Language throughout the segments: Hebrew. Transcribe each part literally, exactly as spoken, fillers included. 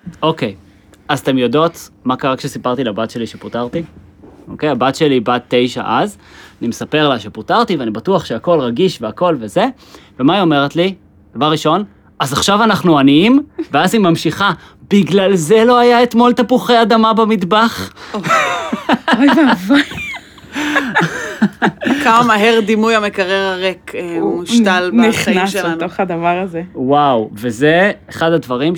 אוקיי, אז אתם יודעות מה קרה כשסיפרתי לבת שלי שפוטרתי? אוקיי, הבת שלי בת תשע אז, אני מספר לה שפוטרתי, ואני בטוח שהכל רגיש והכל וזה, ומה היא אומרת לי? דבר ראשון, אז עכשיו אנחנו עניים, ואז היא ממשיכה, בגלל זה לא היה אתמול תפוחי אדמה במטבח. אוי ואבוי. כמה מהר דימוי המקרר הריק מושתל בחיים שלנו. נכנס לתוך הדבר הזה. וואו, וזה אחד הדברים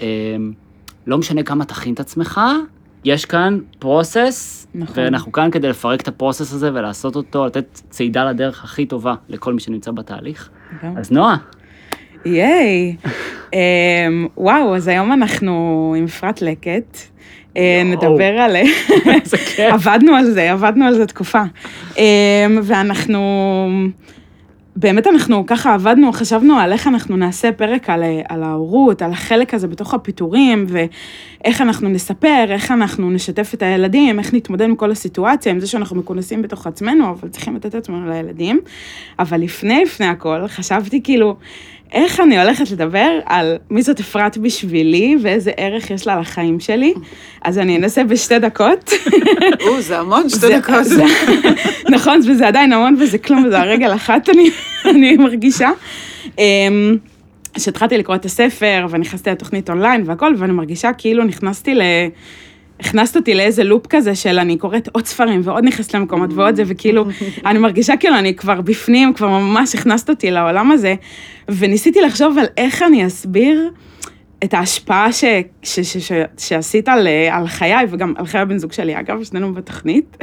שלא משנה כמה תכין את עצמך, יש כאן פרוסס, ואנחנו כאן כדי לפרק את הפרוסס הזה ולעשות אותו, לתת צעידה לדרך הכי טובה לכל מי שנמצא בתהליך. אז נועה. ייי. וואו, אז היום אנחנו עם אפרת לקט. נדבר על... עבדנו על זה, עבדנו על זה תקופה. ואנחנו... באמת אנחנו ככה עבדנו, חשבנו על איך אנחנו נעשה פרק על, על ההורות, על החלק הזה בתוך הפיתורים, ואיך אנחנו נספר, איך אנחנו נשתף את הילדים, איך נתמודד עם כל הסיטואציה, עם זה שאנחנו מכונסים בתוך עצמנו, אבל צריכים לתת עצמנו לילדים. אבל לפני, לפני הכל, חשבתי כאילו, איך אני הולכת לדבר על מי זאת אפרת בשבילי, ואיזה ערך יש לה לחיים שלי. אז אני אנסה בשתי דקות. או, זה המון שתי דקות. נכון, וזה עדיין המון, וזה כלום, וזה הרגל אחת, אני מרגישה. שהתחלתי לקרוא את הספר, ונכנסתי לתוכנית אונליין והכל, ואני מרגישה כאילו נכנסתי ל... הכנסת אותי לאיזה לופ כזה של אני קוראת עוד ספרים ועוד נכנסת למקומות ועוד זה, וכאילו, אני מרגישה כאילו אני כבר בפנים, כבר ממש הכנסת אותי לעולם הזה, וניסיתי לחשוב על איך אני אסביר את ההשפעה ש, ש, ש, ש, שעשית על, על חיי, וגם על חיי הבן זוג שלי, אגב, שנינו בתוכנית,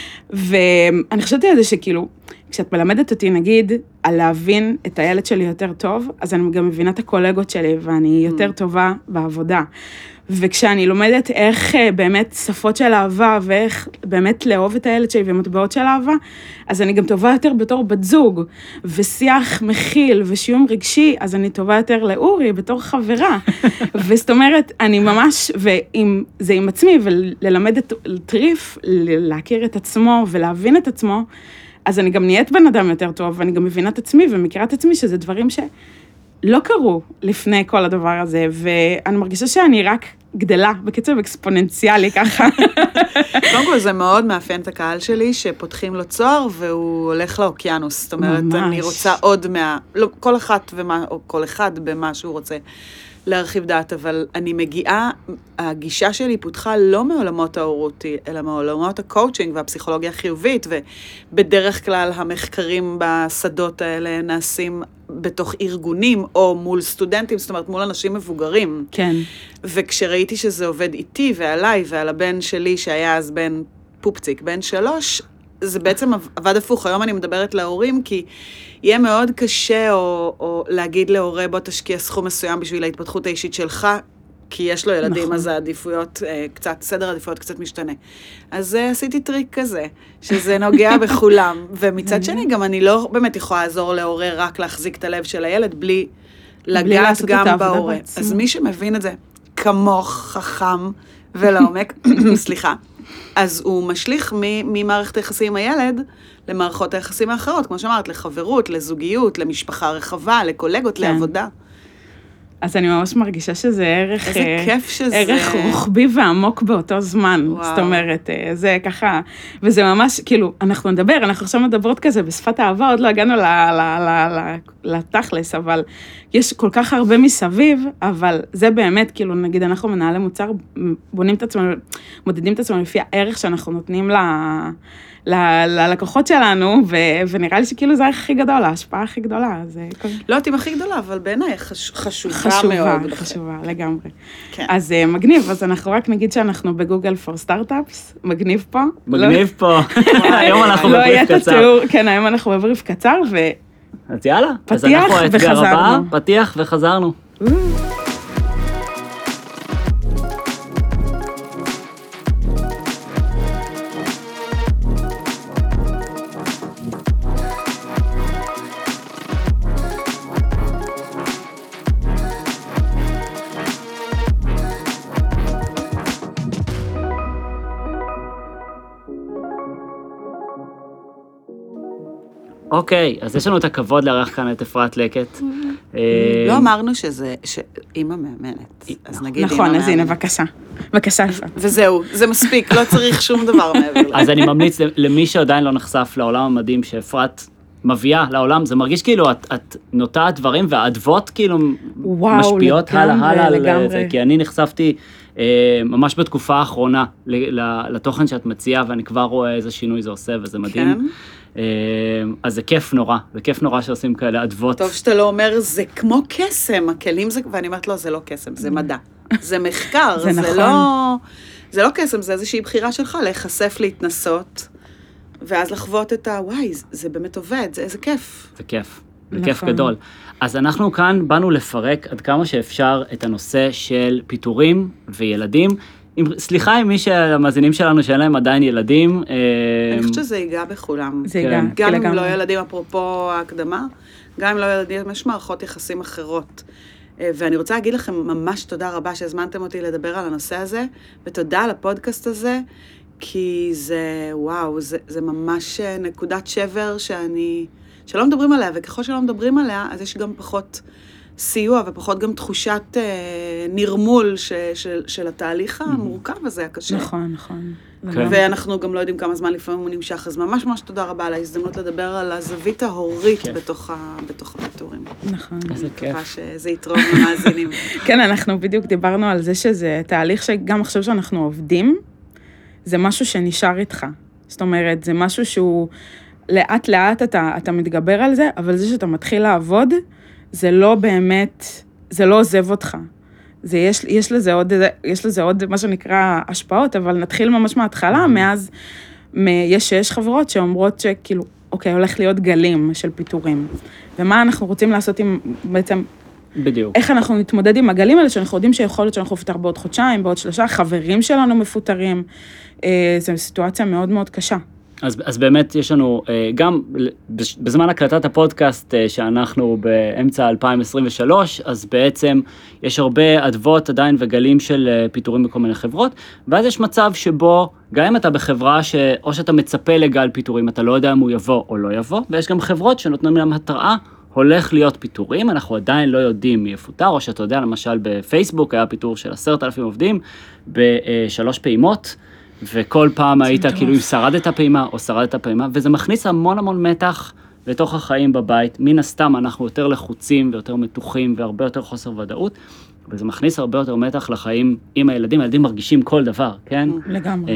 ואני חושבתי על זה שכאילו, כשאת מלמדת אותי, נגיד, על להבין את הילד שלי יותר טוב, אז אני גם מבינה את הקולגות שלי, ואני יותר טובה בעבודה. וכשאני לומדת איך באמת שפות של אהבה, ואיך באמת לאהוב את הילד שלי ומטבעות של אהבה, אז אני גם טובה יותר בתור בת זוג, ושיח מכיל ושיום רגשי, אז אני טובה יותר לאורי בתור חברה. וזאת אומרת, אני ממש, ואם זה עם עצמי, וללמד את טריף, להכיר את עצמו ולהבין את עצמו, אז אני גם נהיית בן אדם יותר טוב, ואני גם מבינה את עצמי ומכירה את עצמי, שזה דברים שלא קרו לפני כל הדבר הזה, ואני מרגישה שאני רק גדלה בקצב אקספוננציאלי ככה. קודם כל, זה מאוד מאפיין את הקהל שלי, שפותחים לו צוהר, והוא הולך לאוקיינוס. זאת אומרת, ממש. אני רוצה עוד מה... לא, כל אחת ומה, או כל אחד במה שהוא רוצה להרחיב דעת, אבל אני מגיעה, הגישה שלי פותחה לא מעולמות ההורות, אלא מעולמות הקואוצ'ינג והפסיכולוגיה החיובית, ובדרך כלל המחקרים בשדות האלה נעשים בתוך ארגונים, או מול סטודנטים, זאת אומרת, מול אנשים מבוגרים. כן. וכשראיתי שזה עובד איתי ועליי, ועל הבן שלי, שהיה אז בן פופציק, בן שלוש, זה בעצם עבד הפוך. היום אני מדברת להורים, כי יהיה מאוד קשה, או, או להגיד להורה, בוא תשקיע סכום מסוים בשביל ההתפתחות האישית שלך, כי יש לו ילדים, נכון. אז העדיפויות, קצת, סדר העדיפויות קצת משתנה. אז עשיתי טריק כזה, שזה נוגע בכולם. ומצד שני, גם אני לא באמת יכולה לעזור להורה רק להחזיק את הלב של הילד, בלי לגעת גם בהורה. אז מי שמבין את זה כמוך, חכם ולעומק, סליחה, אז הוא משליך ממערכת היחסים עם הילד למערכות היחסים האחרות, כמו שאמרת, לחברות, לזוגיות, למשפחה רחבה, לקולגות, כן. לעבודה. אז אני ממש מרגישה שזה ערך... איזה כיף שזה... ערך רוחבי ועמוק באותו זמן. וואו. זאת אומרת, זה ככה... וזה ממש, כאילו, אנחנו נדבר, אנחנו עכשיו מדברות כזה בשפת האהבה, עוד לא הגענו לתכלס, אבל יש כל כך הרבה מסביב, אבל זה באמת, כאילו, נגיד, אנחנו מנהלי מוצר, בונים את עצמנו, מודדים את עצמנו לפי הערך שאנחנו נותנים ל... ללקוחות שלנו, ונראה לי שכאילו זה הערך הכי גדול, ההשפעה הכי גדולה. לא יודעת אם הכי גדולה, אבל בעיניי חשובה מאוד. חשובה, חשובה, לגמרי. אז מגניב, אז אנחנו רק נגיד שאנחנו בגוגל פור סטארט-אפס, מגניב פה. מגניב פה. היום אנחנו בבריף קצר. כן, היום אנחנו בבריף קצר, ו... אז יאללה. פתיח וחזרנו. פתיח וחזרנו. אוקיי, אז יש לנו את הכבוד לארח כאן את אפרת לקט. לא אמרנו שזה, שאימא מאמנת, אז נגיד אימא מאמנת. נכון, אז הנה, בבקשה. בבקשה, אפרת. וזהו, זה מספיק, לא צריך שום דבר מעבר לזה. אז אני ממליץ למי שעדיין לא נחשף לעולם המדהים שאפרת מביאה לעולם, זה מרגיש כאילו את, את נוטעת דברים והאדוות כאילו וואו, משפיעות הלאה הלאה על לגמרי. זה, כי אני נחשפתי אה, ממש בתקופה האחרונה לתוכן שאת מציעה, ואני כבר רואה איזה שינוי זה עושה, וזה מדהים. כן. אה, אז זה כיף נורא, זה כיף נורא שעושים כאלה אדוות. טוב שאתה לא אומר, זה כמו קסם, הכלים זה, ואני אומרת, לא, זה לא קסם, זה מדע. זה מחקר, זה זה נכון. לא... זה לא קסם, זה איזושהי בחירה שלך, להיחשף, להתנסות, ואז לחוות את ה... וואי, זה באמת עובד, זה איזה כיף. זה כיף, זה נכון. כיף גדול. אז אנחנו כאן באנו לפרק עד כמה שאפשר את הנושא של פיטורים וילדים. עם, סליחה עם מי שהמאזינים שלנו שאין להם עדיין ילדים. אני חושבת שזה ייגע בכולם. זה ייגע, גם אם לגמרי. לא ילדים, אפרופו ההקדמה, גם אם לא ילדים, יש מערכות יחסים אחרות. ואני רוצה להגיד לכם ממש תודה רבה שהזמנתם אותי לדבר על הנושא הזה, ותודה על הפודקאסט הזה, כי זה, וואו, זה, זה ממש נקודת שבר שאני, שלא מדברים עליה, וככל שלא מדברים עליה, אז יש גם פחות סיוע, ופחות גם תחושת אה, נרמול ש, של, של התהליך המורכב הזה, הקשה. נכון, נכון. כן. ואנחנו גם לא יודעים כמה זמן לפעמים הוא נמשך, אז ממש ממש תודה רבה על ההזדמנות לדבר על הזווית ההורית בתוך, ה, בתוך הפיטורים. נכון. איזה כיף. מקווה שזה יתרום למאזינים. כן, אנחנו בדיוק דיברנו על זה שזה תהליך שגם עכשיו שאנחנו עובדים, זה משהו שנשאר איתך. זאת אומרת, זה משהו שהוא לאט לאט אתה, אתה מתגבר על זה, אבל זה שאתה מתחיל לעבוד, זה לא באמת, זה לא עוזב אותך. זה, יש, יש לזה עוד, יש לזה עוד מה שנקרא השפעות, אבל נתחיל ממש מההתחלה, מאז, מ, יש, יש חברות שאומרות שכאילו, אוקיי, הולך להיות גלים של פיטורים. ומה אנחנו רוצים לעשות עם, בעצם, בדיוק. איך אנחנו נתמודד עם הגלים האלה, שאנחנו יודעים שיכול להיות שאנחנו נפטר בעוד חודשיים, בעוד שלושה, חברים שלנו מפוטרים. זו סיטואציה מאוד מאוד קשה. אז, אז באמת יש לנו, גם בזמן הקלטת הפודקאסט שאנחנו באמצע אלפיים עשרים ושלוש, אז בעצם יש הרבה אדוות עדיין וגלים של פיטורים בכל מיני חברות, ואז יש מצב שבו, גם אם אתה בחברה שאו שאתה מצפה לגל פיטורים, אתה לא יודע אם הוא יבוא או לא יבוא, ויש גם חברות שנותנים להם התראה, הולך להיות פיטורים, אנחנו עדיין לא יודעים מי יפוטר, או שאתה יודע, למשל בפייסבוק היה פיטור של עשרת אלפים עובדים בשלוש פעימות, וכל פעם היית כאילו אם שרדת פעימה או שרדת פעימה, וזה מכניס המון המון מתח לתוך החיים בבית. מן הסתם אנחנו יותר לחוצים ויותר מתוחים והרבה יותר חוסר ודאות, וזה מכניס הרבה יותר מתח לחיים עם הילדים. הילדים מרגישים כל דבר, כן? לגמרי.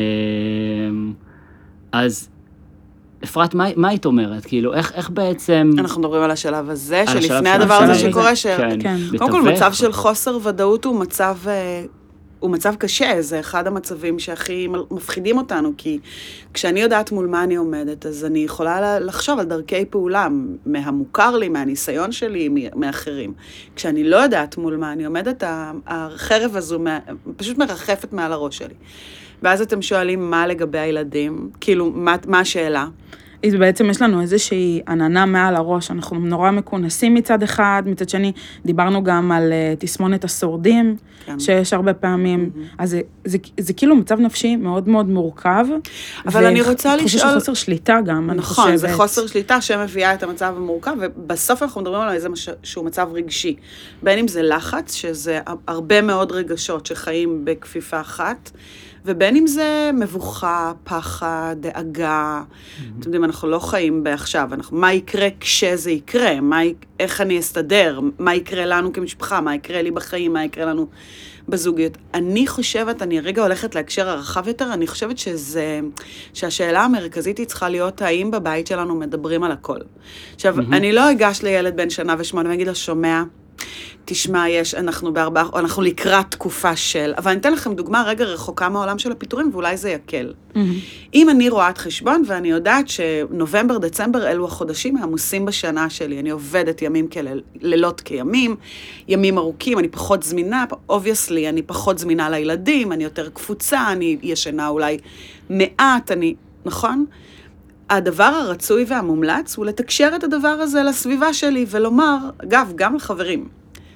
אז אפרת, מה, מה היית אומרת? כאילו, איך, איך בעצם... אנחנו מדברים על השלב הזה, על שלפני השלב הדבר הזה של- שקורה, ש... כן, כן. קודם כל, לתווך. מצב של חוסר ודאות הוא מצב, אה, הוא מצב קשה, זה אחד המצבים שהכי מפחידים אותנו, כי כשאני יודעת מול מה אני עומדת, אז אני יכולה לחשוב על דרכי פעולה, מהמוכר לי, מהניסיון שלי, מאחרים. כשאני לא יודעת מול מה אני עומדת, החרב הזו פשוט מרחפת מעל הראש שלי. ואז אתם שואלים מה לגבי הילדים, כאילו, מה, מה השאלה? אז בעצם יש לנו איזושהי עננה מעל הראש, אנחנו נורא מכונסים מצד אחד, מצד שני דיברנו גם על uh, תסמונת השורדים, כן. שיש הרבה פעמים, mm-hmm. אז זה, זה, זה כאילו מצב נפשי מאוד מאוד מורכב. אבל אני רוצה תחושה לשאול... של חוסר שליטה גם, אני נכון, חושבת. זה חוסר שליטה שמביאה את המצב המורכב, ובסוף אנחנו מדברים על איזה מש... שהוא מצב רגשי. בין אם זה לחץ, שזה הרבה מאוד רגשות שחיים בכפיפה אחת, ובין אם זה מבוכה, פחד, דאגה. Mm-hmm. אתם יודעים, אנחנו לא חיים בעכשיו, אנחנו, מה יקרה כשזה יקרה? מה, איך אני אסתדר? מה יקרה לנו כמשפחה? מה יקרה לי בחיים? מה יקרה לנו בזוגיות? אני חושבת, אני רגע הולכת להקשר הרחב יותר, אני חושבת שזה, שהשאלה המרכזית היא צריכה להיות, האם בבית שלנו מדברים על הכל. עכשיו, mm-hmm. אני לא אגש לילד בן שנה ושמונה, ואגיד לו, שומע, תשמע, יש, אנחנו בארבעה, אנחנו לקראת תקופה של, אבל אני אתן לכם דוגמה רגע רחוקה מהעולם של הפיטורים, ואולי זה יקל. Mm-hmm. אם אני רואת חשבון, ואני יודעת שנובמבר, דצמבר, אלו החודשים העמוסים בשנה שלי, אני עובדת ימים כלילות כימים, ימים ארוכים, אני פחות זמינה, obviously, אני פחות זמינה לילדים, אני יותר קפוצה, אני ישנה אולי מעט, אני, נכון? הדבר הרצוי והמומלץ הוא לתקשר את הדבר הזה לסביבה שלי, ולומר, אגב, גם לחברים,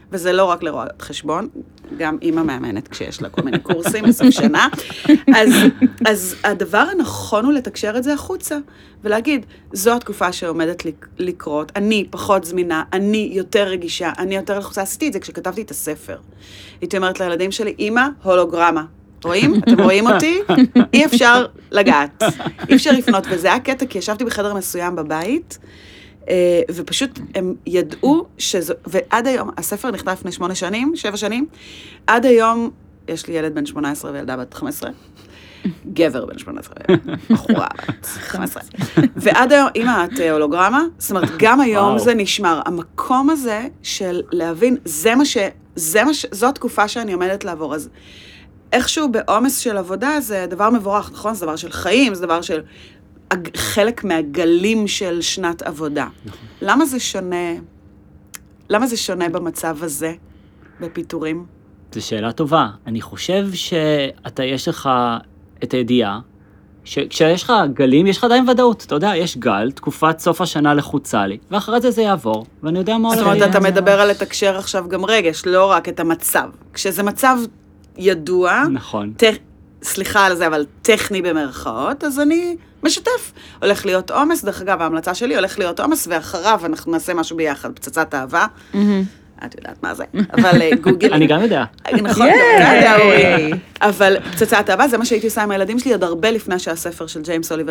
וזה לא רק לרואת חשבון, גם אימא מאמנת כשיש לה כל מיני קורסים בסוף שנה. אז, אז הדבר הנכון הוא לתקשר את זה החוצה, ולהגיד, זו התקופה שעומדת לקרות, אני פחות זמינה, אני יותר רגישה, אני יותר לחוצה. עשיתי את זה כשכתבתי את הספר. הייתי אומרת לילדים שלי, אמא, הולוגרמה. רואים? אתם רואים אותי? אי אפשר לגעת. אי אפשר לפנות, וזה היה קטע, כי ישבתי בחדר מסוים בבית, ופשוט הם ידעו שזו, ועד היום, הספר נכתב לפני שמונה שנים, שבע שנים, עד היום, יש לי ילד בן שמונה עשרה וילדה בת חמש עשרה, גבר בן שמונה עשרה, בחורה בת חמש עשרה, ועד היום, אמא, את הולוגרמה, זאת אומרת, גם היום זה נשמר, המקום הזה של להבין, זה מה ש, זה מה ש, זו התקופה שאני עומדת לעבור, אז איכשהו בעומס של עבודה, זה דבר מבורך, נכון? זה דבר של חיים, זה דבר של חלק מהגלים של שנת עבודה. נכון. למה זה שונה, למה זה שונה במצב הזה, בפיתורים? זו שאלה טובה. אני חושב שאתה, יש לך את הידיעה, שכשיש לך גלים, יש לך עדיין ודאות. אתה יודע, יש גל, תקופת סוף השנה לחוצה לי, ואחרי זה זה יעבור, ואני יודע מה... זאת אומרת, אתה מדבר על לתקשר עכשיו גם רגש, לא רק את המצב. כשזה מצב ידוע, נכון. ת... סליחה על זה, אבל טכני במרכאות, אז אני משתף. הולך להיות עומס, דרך אגב, ההמלצה שלי הולך להיות עומס, ואחריו אנחנו נעשה משהו ביחד, פצצת אהבה. את יודעת מה זה, אבל גוגל... אני גם יודע. נכון, אתה יודע, אורי. אבל פצצת אהבה, זה מה שהייתי עושה עם הילדים שלי, עוד הרבה לפני שהספר של ג'יימס אוליבר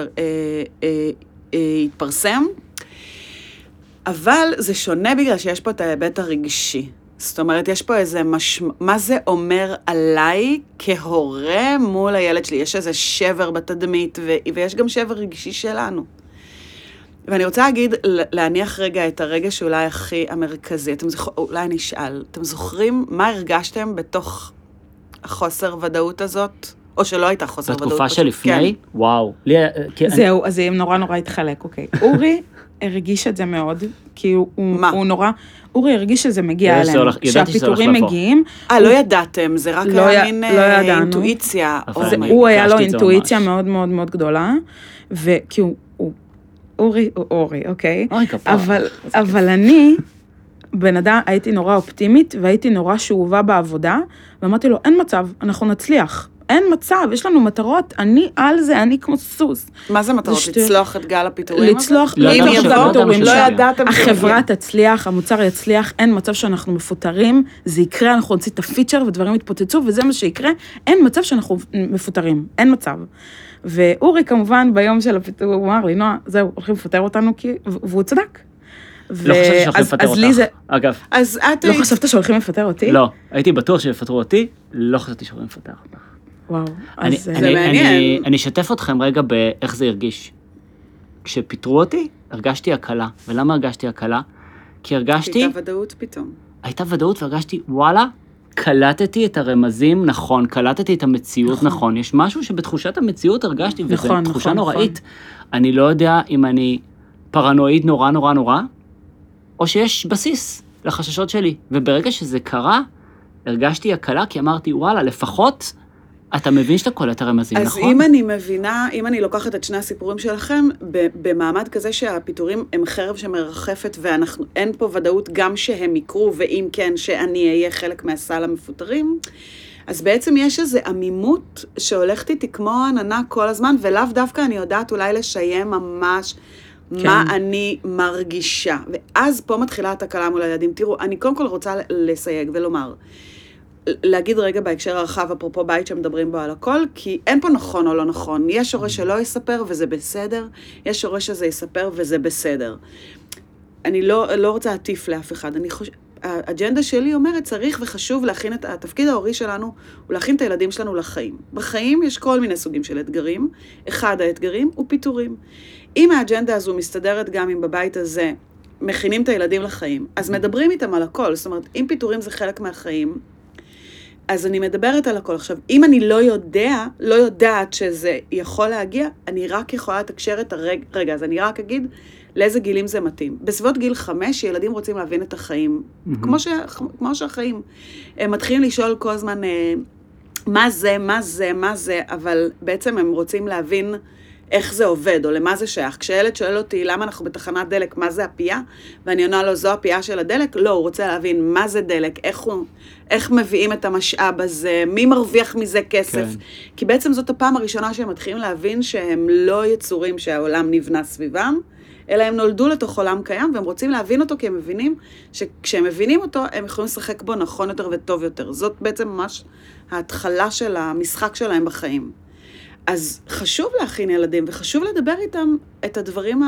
התפרסם. אבל זה שונה בגלל שיש פה את ההיבט הרגשי. זאת אומרת, יש פה איזה משמע... מה זה אומר עליי כהורה מול הילד שלי? יש איזה שבר בתדמית, ו... ויש גם שבר רגשי שלנו. ואני רוצה להגיד, להניח רגע את הרגע שאולי הכי המרכזי. אתם זוכ... אולי נשאל, אתם זוכרים מה הרגשתם בתוך החוסר ודאות הזאת? או שלא הייתה חוסר ודאות? בתקופה שלפני? כן. וואו. לי... זהו, אז זה נורא נורא התחלק, אוקיי. אורי הרגיש את זה מאוד, כי הוא, הוא נורא... אורי הרגיש שזה מגיע אליהם, שהפיתורים מגיעים. אה, לא ידעתם, זה רק היה מין אינטואיציה. הוא היה לו אינטואיציה מאוד מאוד מאוד גדולה, וכי הוא, אורי הוא אורי, אוקיי? אבל אני, בן אדם, הייתי נורא אופטימית, והייתי נורא שאובה בעבודה, ואמרתי לו, אין מצב, אנחנו נצליח. אין מצב, יש לנו מטרות, אני על זה, אני כמו סוס. מה זה מטרות? לצלוח את גל הפיתורים? לצלוח, לא ידעתם, לא ידעתם. החברה תצליח, המוצר יצליח, אין מצב שאנחנו מפוטרים, זה יקרה, אנחנו נוציא את הפיצ'ר ודברים יתפוצצו, וזה מה שיקרה, אין מצב שאנחנו מפוטרים, אין מצב. ואורי כמובן ביום של הפיתור, הוא אמר לי, נועה, זהו, הולכים לפטר אותנו, והוא צדק. לא חשבתי שהולכים לפטר אותך, אגב. לא חשבת שהולכים לפטר אותי? לא, הייתי בטוח שיפטרו אותי, לא חשבתי שהולכים לפטר אותך. וואו, אז זה מעניין. אני אשתף אתכם רגע באיך זה הרגיש. כשפיטרו אותי, הרגשתי הקלה. ולמה הרגשתי הקלה? כי הרגשתי... הייתה ודאות פתאום. הייתה ודאות והרגשתי, וואלה, קלטתי את הרמזים נכון, קלטתי את המציאות נכון. יש משהו שבתחושת המציאות הרגשתי, וזו תחושה נוראית. אני לא יודע אם אני פרנואיד נורא נורא נורא, או שיש בסיס לחששות שלי. וברגע שזה קרה, הרגשתי הקלה, כי אמרתי, וואלה, לפחות... אתה מבין שאתה קולט הרמזים, נכון? אז אם אני מבינה, אם אני לוקחת את שני הסיפורים שלכם, במעמד כזה שהפיתורים הם חרב שמרחפת, ואין פה ודאות גם שהם יקרו, ואם כן, שאני אהיה חלק מהסל המפוטרים, אז בעצם יש איזו עמימות שהולכת איתי כמו עננה כל הזמן, ולאו דווקא אני יודעת אולי לשיים ממש כן. מה אני מרגישה. ואז פה מתחילה התקלה מול הילדים. תראו, אני קודם כל רוצה לסייג ולומר, להגיד רגע בהקשר הרחב, אפרופו בית שמדברים בו על הכל, כי אין פה נכון או לא נכון. יש הורה שלא יספר וזה בסדר, יש הורה שזה יספר וזה בסדר. אני לא, לא רוצה להטיף לאף אחד. אני חושב, האג'נדה שלי אומרת, צריך וחשוב להכין את התפקיד ההורי שלנו, הוא להכין את הילדים שלנו לחיים. בחיים יש כל מיני סוגים של אתגרים. אחד האתגרים הוא פיתורים. אם האג'נדה הזו מסתדרת גם אם בבית הזה מכינים את הילדים לחיים, אז מדברים איתם על הכל. זאת אומרת, אם פיתורים זה חלק מהחיים, אז אני מדברת על הכל. עכשיו, אם אני לא יודע, לא יודעת שזה יכול להגיע, אני רק יכולה לתקשר את הרגע, רגע, אז אני רק אגיד לאיזה גילים זה מתאים. בסביבות גיל חמש, ילדים רוצים להבין את החיים, mm-hmm. כמו, ש, כמו שהחיים. הם מתחילים לשאול כל הזמן, מה זה, מה זה, מה זה, אבל בעצם הם רוצים להבין איך זה עובד, או למה זה שייך. כשילד שואל אותי למה אנחנו בתחנת דלק, מה זה הפייה, ואני עונה לו, זו הפייה של הדלק, לא, הוא רוצה להבין מה זה דלק, איך, הוא, איך מביאים את המשאב הזה, מי מרוויח מזה כסף. כן. כי בעצם זאת הפעם הראשונה שהם מתחילים להבין שהם לא יצורים שהעולם נבנה סביבם, אלא הם נולדו לתוך עולם קיים, והם רוצים להבין אותו כי הם מבינים שכשהם מבינים אותו, הם יכולים לשחק בו נכון יותר וטוב יותר. זאת בעצם ממש ההתחלה של המשחק שלהם בחיים. אז חשוב להכין ילדים, וחשוב לדבר איתם את הדברים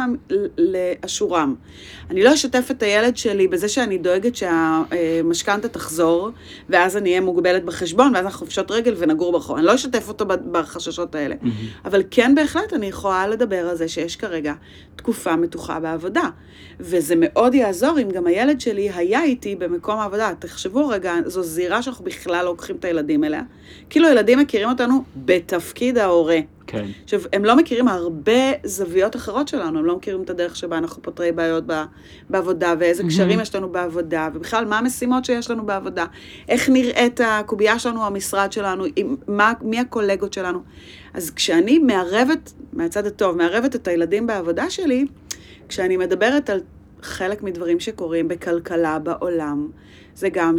לאשורם. אני לא אשתף את הילד שלי בזה שאני דואגת שהמשכנתה תחזור, ואז אני אהיה מוגבלת בחשבון, ואז אנחנו חופשות רגל ונגור ברחוב. אני לא אשתף אותו בחששות האלה. Mm-hmm. אבל כן בהחלט אני יכולה לדבר על זה שיש כרגע תקופה מתוחה בעבודה. וזה מאוד יעזור אם גם הילד שלי היה איתי במקום העבודה. תחשבו רגע, זו זירה שאנחנו בכלל לא לוקחים את הילדים אליה. כאילו ילדים מכירים אותנו בתפקיד ההורה. כן. עכשיו, הם לא מכירים הרבה זוויות אחרות שלנו, הם לא מכירים את הדרך שבה אנחנו פותרי בעיות בעבודה, ואיזה קשרים יש לנו בעבודה, ובכלל מה המשימות שיש לנו בעבודה, איך נראית הקובייה שלנו, המשרד שלנו, מה, מי הקולגות שלנו. אז כשאני מערבת, מהצד הטוב, מערבת את הילדים בעבודה שלי, כשאני מדברת על חלק מדברים שקורים בכלכלה בעולם, זה גם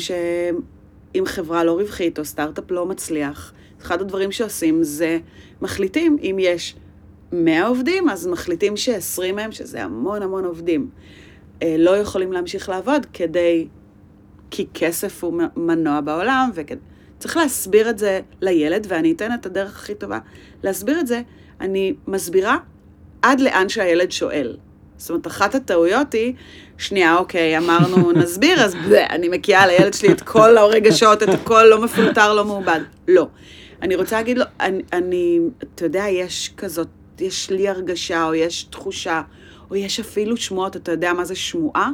שאם חברה לא רווחית או סטארט-אפ לא מצליח, אחד הדברים שעושים זה מחליטים, אם יש מאה עובדים, אז מחליטים ש-עשרים מהם, שזה המון המון עובדים, לא יכולים להמשיך לעבוד כדי, כי כסף הוא מנוע בעולם, וצריך להסביר את זה לילד, ואני אתן את הדרך הכי טובה להסביר את זה, אני מסבירה עד לאן שהילד שואל. זאת אומרת, אחת הטעויות היא, שנייה, אוקיי, אמרנו, נסביר, אז בזה, אני מקיאה לילד שלי את כל הרגשות, את הכל לא מפולטר, לא מעובד. לא. אני רוצה להגיד לו, אני, אני, אתה יודע, יש כזאת, יש לי הרגשה, או יש תחושה, או יש אפילו שמועות, אתה יודע מה זה שמועה?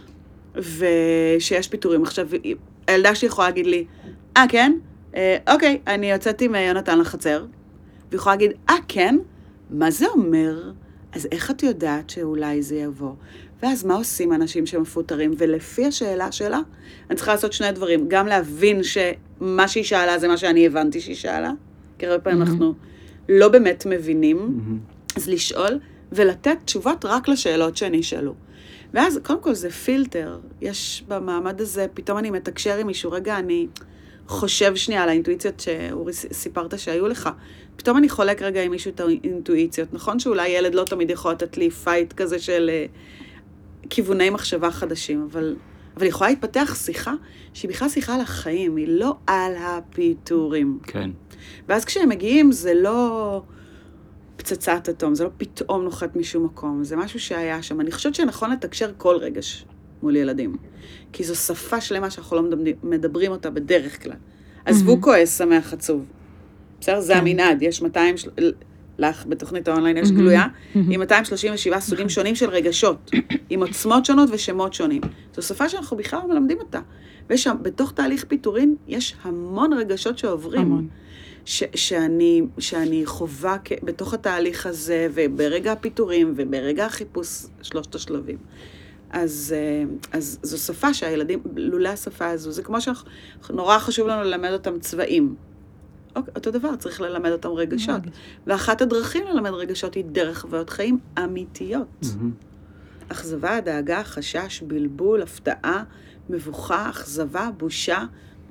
ושיש פיתורים. עכשיו, הילדה שלי יכולה להגיד לי, אה, כן? אה, אוקיי, אני יוצאתי מיונתן לחצר, ויכולה להגיד, אה, כן? מה זה אומר? אז איך את יודעת שאולי זה יבוא? ואז מה עושים אנשים שמפוטרים? ולפי השאלה שלה, אני צריכה לעשות שני דברים. גם להבין שמה שהיא שאלה זה מה שאני הבנתי שהיא שאלה, כי הרבה פעמים mm-hmm. אנחנו לא באמת מבינים, mm-hmm. אז לשאול ולתת תשובות רק לשאלות שנשאלו. ואז קודם כל זה פילטר. יש במעמד הזה, פתאום אני מתקשר עם מישהו, רגע, אני חושב שנייה על האינטואיציות שאורי סיפרת שהיו לך. פתאום אני חולק רגע עם מישהו את האינטואיציות. נכון שאולי ילד לא תמיד יכול לתת לי פייט כזה של uh, כיווני מחשבה חדשים, אבל, אבל יכולה להתפתח שיחה שהיא בכלל שיחה על החיים, היא לא על הפיתורים. כן. ואז כשהם מגיעים זה לא פצצת אטום, זה לא פתאום נוחת משום מקום, זה משהו שהיה שם. אני חושבת שנכון לתקשר כל רגש מול ילדים, כי זו שפה שלמה שאנחנו לא מדברים אותה בדרך כלל. עזבו כועס, שמח, עצוב. בסדר? זה המנעד, יש מאתיים, לך בתוכנית האונליין יש גלויה, עם מאתיים שלושים ושבעה סוגים שונים של רגשות, עם עוצמות שונות ושמות שונים. זו שפה שאנחנו בכלל מלמדים אותה. ושם, בתוך תהליך פיתורין, יש המון רגשות שעוברים. המון. ש- שאני, שאני חובה כ- בתוך התהליך הזה, וברגע הפיתורים, וברגע החיפוש, שלושת השלבים. אז, אז זו שפה שהילדים, לולא השפה הזו, זה כמו שנורא חשוב לנו ללמד אותם צבעים. אותו דבר, צריך ללמד אותם רגשות. ואחת הדרכים ללמד רגשות היא דרך חוויות חיים אמיתיות. אכזבה, דאגה, חשש, בלבול, הפתעה, מבוכה, אכזבה, בושה.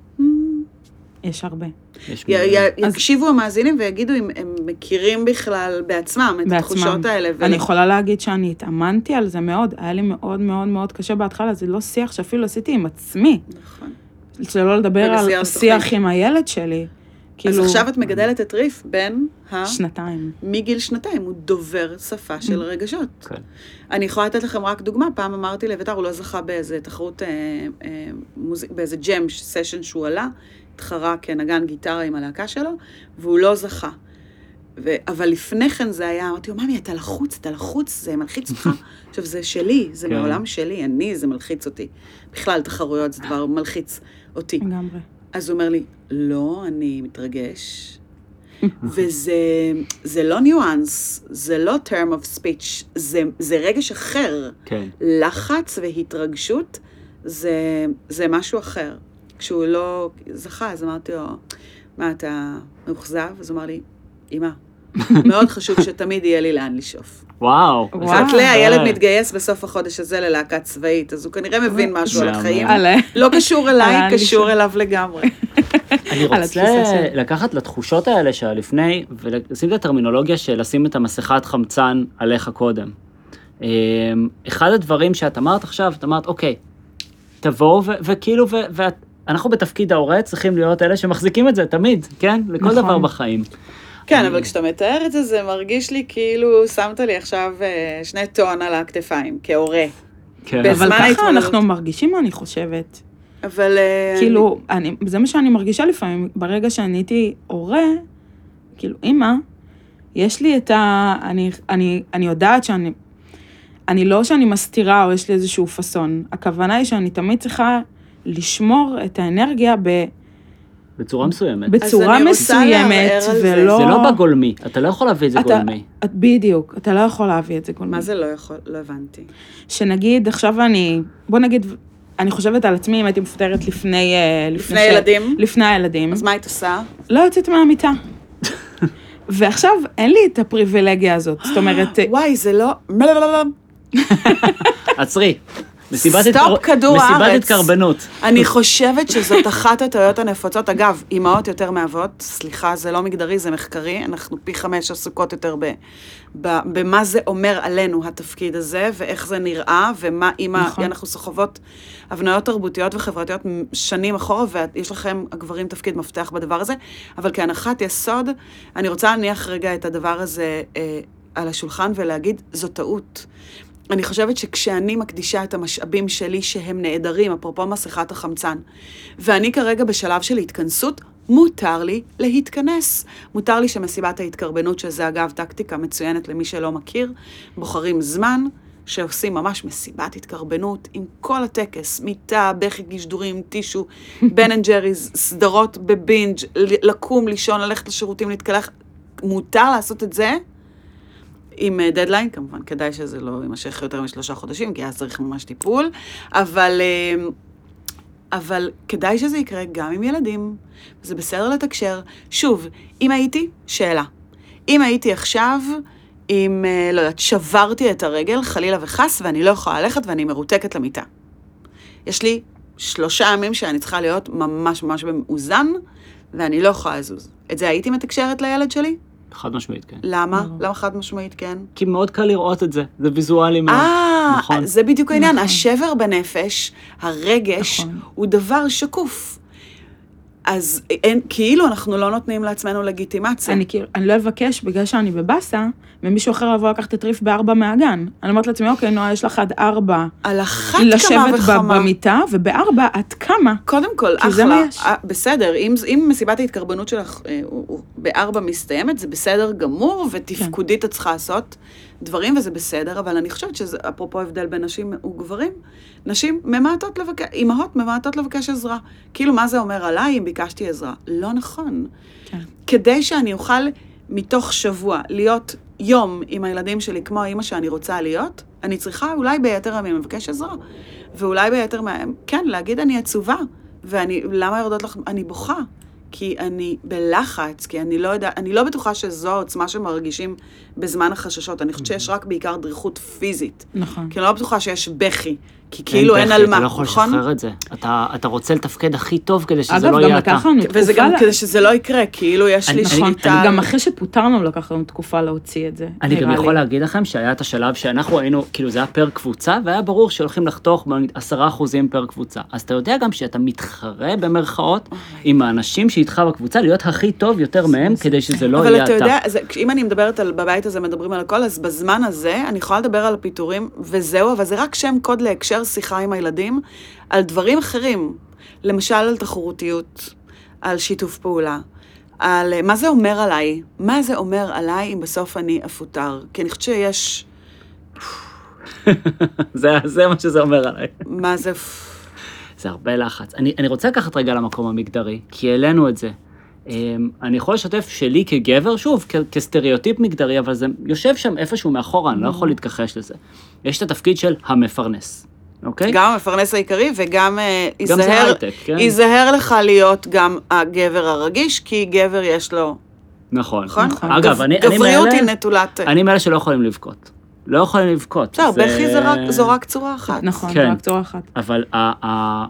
יש הרבה. יקשיבו המאזינים ויגידו אם הם מכירים בכלל בעצמם את התחושות האלה. אני יכולה להגיד שאני התאמנתי על זה מאוד, היה לי מאוד מאוד מאוד קשה בהתחלה, זה לא שיח שאפילו עשיתי עם עצמי. נכון. שלא לדבר על שיח עם הילד שלי. אז עכשיו את מגדלת את ריף בין ה... שנתיים. מגיל שנתיים, הוא דובר שפה של רגשות. אני יכולה לתת לכם רק דוגמה, פעם אמרתי לויתר, הוא לא זכה באיזה תחרות, באיזה ג'ם סשן שהוא עלה, התחרה כנגן גיטרה עם הלהקה שלו, והוא לא זכה. אבל לפני כן זה היה, אמרתי לו, ממי, אתה לחוץ, אתה לחוץ, זה מלחיץ אותך. עכשיו, זה שלי, זה מעולם שלי, אני, זה מלחיץ אותי. בכלל, תחרויות זה דבר מלחיץ אותי. לגמרי. אז הוא אומר לי, לא, אני מתרגש. וזה זה לא ניואנס, זה לא term of speech, זה, זה רגש אחר. כן. לחץ והתרגשות, זה, זה משהו אחר. כשהוא לא זכה, אז אמרתי לו, מה, אתה מאוכזב? אז הוא אמר לי, אמא, מאוד חשוב שתמיד יהיה לי לאן לשאוף. וואו. וואו. קצת הילד מתגייס בסוף החודש הזה ללהקת צבאית, אז הוא כנראה מבין משהו על החיים. עלה. לא קשור אליי, לאן קשור לשאוף. אליו לגמרי. אני על רוצה התפיסה שלי. לקחת לתחושות האלה שלפני, ולשים את הטרמינולוגיה של לשים את המסכת חמצן עליך קודם. אחד הדברים שאת אמרת עכשיו, את אמרת, אוקיי, תבואו וכאילו, ואנחנו בתפקיד ההורה צריכים להיות אלה שמחזיקים את זה תמיד, כן? לכל נכון. דבר בחיים. כן, אבל כשאתה מתאר את זה, זה מרגיש לי כאילו שמת לי עכשיו אה, שני טון על הכתפיים, כהורה. כן. בזמן אבל ככה ההתמודדות. אנחנו מרגישים, אני חושבת. אבל... אה, כאילו, אני, זה מה שאני מרגישה לפעמים, ברגע שאני הייתי הורה, כאילו, אמא, יש לי את ה... אני, אני, אני יודעת שאני... אני לא שאני מסתירה או יש לי איזשהו פסון. הכוונה היא שאני תמיד צריכה לשמור את האנרגיה ב... בצורה מסוימת. בצורה אני רוצה מסוימת, לערער על זה. ולא... זה לא בגולמי, אתה לא יכול להביא את זה אתה, גולמי. את, בדיוק, אתה לא יכול להביא את זה גולמי. מה זה לא יכול? לא הבנתי. שנגיד, עכשיו אני... בוא נגיד, אני חושבת על עצמי אם הייתי מפוטרת לפני... אה, לפני ילדים? לפני הילדים. אז מה היית עושה? לא יוצאת מהמיטה. ועכשיו אין לי את הפריבילגיה הזאת. זאת אומרת... וואי, זה לא... עצרי. מסיבת סטופ התקר- כדור מסיבת הארץ. התקרבנות. אני חושבת שזאת אחת הטעויות הנפוצות. אגב, אימהות יותר מאבות, סליחה, זה לא מגדרי, זה מחקרי, אנחנו פי חמש עסוקות יותר ב, ב, במה זה אומר עלינו, התפקיד הזה, ואיך זה נראה, ומה אימא, נכון. אנחנו סוחבות הבניות תרבותיות וחברתיות שנים אחורה, ויש לכם, הגברים, תפקיד מפתח בדבר הזה, אבל כהנחת יסוד, אני רוצה להניח רגע את הדבר הזה אה, על השולחן ולהגיד, זו טעות. אני חושבת שכשאני מקדישה את המשאבים שלי שהם נהדרים, אפרופו מסכת החמצן, ואני כרגע בשלב של התכנסות, מותר לי להתכנס. מותר לי שמסיבת ההתקרבנות, שזה אגב טקטיקה מצוינת למי שלא מכיר, בוחרים זמן, שעושים ממש מסיבת התקרבנות עם כל הטקס, מיטה, בכי גישדורים, טישו, בן אנד ג'ריז, סדרות בבינג', לקום, לישון, ללכת לשירותים, להתקלח. מותר לעשות את זה, עם דדליין, כמובן, כדאי שזה לא יימשך יותר משלושה חודשים, כי אז צריך ממש טיפול, אבל, אבל כדאי שזה יקרה גם עם ילדים, זה בסדר לתקשר. שוב, אם הייתי, שאלה. אם הייתי עכשיו, אם, לא יודעת, שברתי את הרגל, חלילה וחס, ואני לא יכולה ללכת ואני מרותקת למיטה. יש לי שלושה ימים שאני צריכה להיות ממש ממש במאוזן, ואני לא יכולה לזוז. את זה הייתי מתקשרת לילד שלי? חד משמעית, כן. למה? למה חד משמעית כן? כי מאוד קל לראות את זה, זה ויזואלי מאוד. אה, נכון. זה בדיוק העניין. השבר בנפש, הרגש, נכון. הוא דבר שקוף. אז אין, כאילו אנחנו לא נותנים לעצמנו לגיטימציה. אני כאילו, אני לא אבקש בגלל שאני בבאסה, ומישהו אחר לבוא לקחת את ריף בארבע מהגן. אני אומרת לעצמי, אוקיי, נועה, יש לך עד ארבע. על אחת כמה לשבת וכמה. במיטה, ובארבע עד כמה. קודם כל, כי זה אחלה. מה יש. אה, בסדר, אם, אם מסיבת ההתקרבנות שלך אה, הוא, הוא בארבע מסתיימת, זה בסדר גמור, ותפקודית כן. את צריכה לעשות דברים, וזה בסדר, אבל אני חושבת שזה, אפרופו הבדל בין נשים וגברים, נשים ממעטות לבקש, אמהות ממעטות לבקש עזרה. כאילו, מה זה אומר עליי אם ביקשתי עזרה? לא נכון. כן. כדי שאני אוכל מתוך שבוע להיות יום עם הילדים שלי כמו האמא שאני רוצה להיות, אני צריכה אולי ביתר ימים לבקש עזרה. ואולי ביתר מהם, כן, להגיד אני עצובה. ואני, למה יורדות לך? אני בוכה. כי אני בלחץ, כי אני לא יודע, אני לא בטוחה שזו העוצמה שמרגישים בזמן החששות. אני חושבת שיש רק בעיקר דריכות פיזית. נכון. כי אני לא בטוחה שיש בכי. כי כאילו אין על מה, אתה לא יכול נכון? לשחרר את זה. אתה, אתה רוצה לתפקד הכי טוב כדי שזה אגב, לא גם יהיה אתה. לקח לנו וזה תקופה... גם לה- כדי שזה לא יקרה, כאילו יש לי אני- נכון, שליטה. גם אחרי שפוטרנו לקח לנו תקופה להוציא את זה. אני גם נראה יכול לי. להגיד לכם שהיה את השלב שאנחנו היינו, כאילו זה היה פר קבוצה, והיה ברור שהולכים לחתוך עשרה אחוזים פר קבוצה. אז אתה יודע גם שאתה מתחרה במרכאות עם האנשים שאיתך בקבוצה, להיות הכי טוב יותר מהם, כדי שזה לא אבל יהיה אתה אתה. יודע, זה, אם אני מדברת על, בבית הזה מדברים על הכל, אז בזמן הזה אני יכולה לדבר על הפיתורים, וזהו, אבל זה רק שם קוד להקשר שיחה עם הילדים, על דברים אחרים, למשל על תחרותיות, על שיתוף פעולה, על מה זה אומר עליי, מה זה אומר עליי אם בסוף אני אפוטר, כי אני חושבת שיש, זה, זה מה שזה אומר עליי. מה זה, זה הרבה לחץ. אני, אני רוצה לקחת רגע למקום המגדרי, כי העלינו את זה. אמ, אני יכול לשתף שלי כגבר, שוב, כ- כסטריאוטיפ מגדרי, אבל זה יושב שם איפשהו מאחורה, אני לא יכול להתכחש לזה. יש את התפקיד של המפרנס, אוקיי? גם המפרנס העיקרי וגם אה, גם זה ייזהר, הייטק, כן? ייזהר לך להיות גם הגבר הרגיש, כי גבר יש לו נכון. נכון? אגב, אני אני גבריות היא מאלה, נטולת... אני מאלה שלא יכולים לבכות. לא יכולים לבכות. בסדר, זה- בכי זה רק- זו רק צורה אחת. נכון, כן. רק צורה אחת. אבל ה- ה-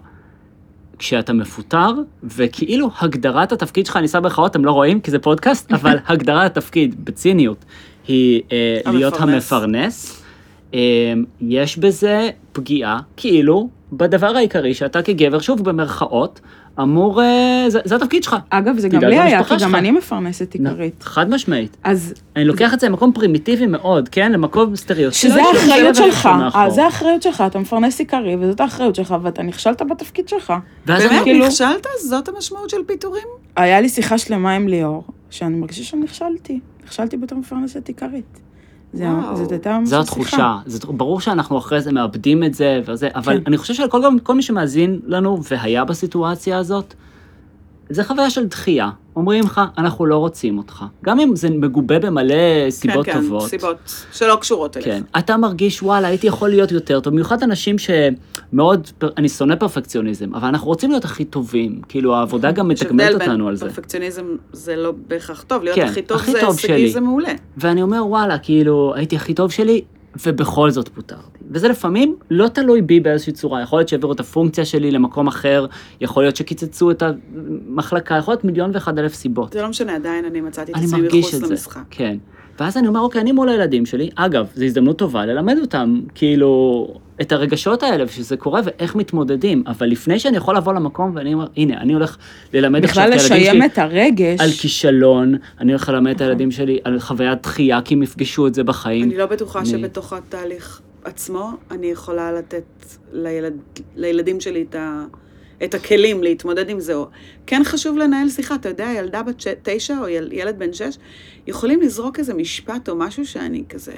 כשאתה מפוטר, וכאילו הגדרת התפקיד שלך, אני שם ברכאות, אתם לא רואים, כי זה פודקאסט, אבל הגדרת התפקיד, בציניות, היא אה, להיות המפרנס. המפרנס. אה, יש בזה פגיעה, כאילו, בדבר העיקרי, שאתה כגבר, שוב במרכאות, אמור, אה, זה, זה התפקיד שלך. אגב, זה גם תדאג לי היה, למשפחה כי גם שלך. אני מפרנסת עיקרית. חד משמעית. אז אני לוקח את זה למקום פרימיטיבי מאוד, כן? למקום סטריאוטיבי. שזה לא יש האחריות גבר שלך, מאחור. אה, זה האחריות שלך, אתה מפרנס עיקרי, וזאת האחריות שלך, ואתה נכשלת בתפקיד שלך. ואז אני באמת, כאילו- נכשלת? זאת המשמעות של פיטורים? היה לי שיחה שלמה עם ליאור, שאני מרגישה שנכשלתי. נכשלתי בתור מפרנסת עיקרית. זה- וואו. זאת הייתה ממש זו שיחה. התחושה, זה ברור שאנחנו אחרי זה מאבדים את זה וזה, אבל כן. אני חושב שכל גם- כל מי שמאזין לנו והיה בסיטואציה הזאת, זה חוויה של דחייה. אומרים לך, אנחנו לא רוצים אותך. גם אם זה מגובה במלא סיבות כן, טובות. כן, סיבות שלא קשורות אליך. כן. אתה מרגיש, וואלה, הייתי יכול להיות יותר טוב, במיוחד אנשים שמאוד, אני שונא פרפקציוניזם, אבל אנחנו רוצים להיות הכי טובים. כאילו, העבודה גם יש מתגמלת הבדל בין אותנו על זה. פרפקציוניזם זה לא בהכרח טוב, להיות כן, הכי טוב הכי זה טוב הישגי, שלי. זה מעולה. ואני אומר, וואלה, כאילו, הייתי הכי טוב שלי, ובכל זאת פוטרתי. וזה לפעמים לא תלוי בי באיזושהי צורה. יכול להיות שהעבירו את הפונקציה שלי למקום אחר, יכול להיות שקיצצו את המחלקה, יכול להיות מיליון ואחד אלף סיבות. זה לא משנה, עדיין אני מצאתי את אני עצמי מרגיש מחוץ את זה, למשחק. כן. ואז אני אומר, אוקיי, אני מול הילדים שלי, אגב, זו הזדמנות טובה ללמד אותם, כאילו, את הרגשות האלה, ושזה קורה, ואיך מתמודדים. אבל לפני שאני יכול לבוא למקום, ואני אומר, הנה, אני הולך ללמד עכשיו את בכלל הילדים לשיים שלי את הרגש. על כישלון, אני הולך ללמד את הילדים שלי על חוויית דחייה, כי הם יפגשו את זה בחיים. אני לא בטוחה אני- שבתוך התהליך עצמו, אני יכולה לתת לילד, לילדים שלי את, ה, את הכלים להתמודד עם זה. או- כן חשוב לנהל שיחה, אתה יודע, ילדה בת ש- תשע או יל, ילד בן שש, יכולים לזרוק איזה משפט או משהו שאני כזה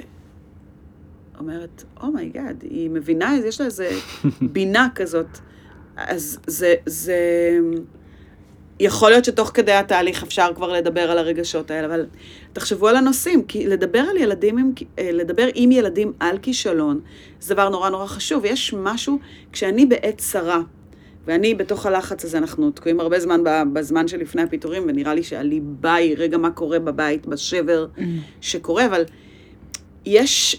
אומרת, אומייגאד, היא מבינה, יש לה איזה בינה כזאת. אז זה, זה... יכול להיות שתוך כדי התהליך אפשר כבר לדבר על הרגשות האלה, אבל תחשבו על הנושאים, כי לדבר על ילדים, עם, לדבר עם ילדים על כישלון, זה דבר נורא נורא חשוב. יש משהו, כשאני בעת צרה, ואני בתוך הלחץ הזה, אנחנו תקועים הרבה זמן בזמן שלפני הפיטורים, ונראה לי שהליבה היא רגע מה קורה בבית, בשבר שקורה, אבל יש,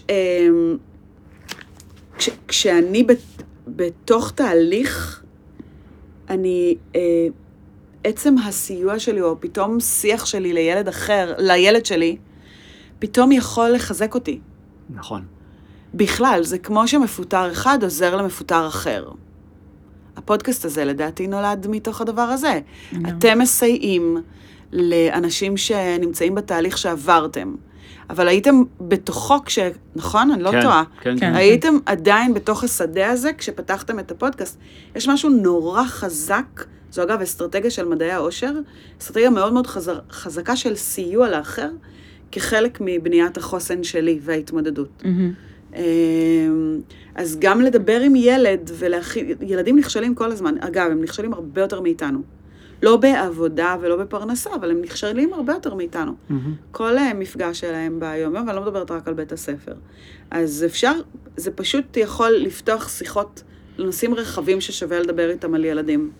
כש, כשאני בת, בתוך תהליך, אני... עצם הסיוע שלי, או פתאום שיח שלי לילד אחר, לילד שלי, פתאום יכול לחזק אותי. נכון. בכלל, זה כמו שמפוטר אחד עוזר למפוטר אחר. הפודקאסט הזה, לדעתי, נולד מתוך הדבר הזה. אתם מסייעים לאנשים שנמצאים בתהליך שעברתם, אבל הייתם בתוכו כש... נכון? אני לא כן, טועה. כן, כן. כן. הייתם עדיין בתוך השדה הזה כשפתחתם את הפודקאסט. יש משהו נורא חזק, זו אגב אסטרטגיה של מדעי העושר, אסטרטגיה מאוד מאוד חזר, חזקה של סיוע לאחר, כחלק מבניית החוסן שלי וההתמודדות. אז גם לדבר עם ילד, ילדים נכשלים כל הזמן, אגב, הם נכשלים הרבה יותר מאיתנו. לא בעבודה ולא בפרנסה, אבל הם נכשלים הרבה יותר מאיתנו. כל מפגש שלהם ביום יום, ואני לא מדברת רק על בית הספר. אז אפשר, זה פשוט יכול לפתוח שיחות לנושאים רחבים ששווה לדבר איתם על ילדים.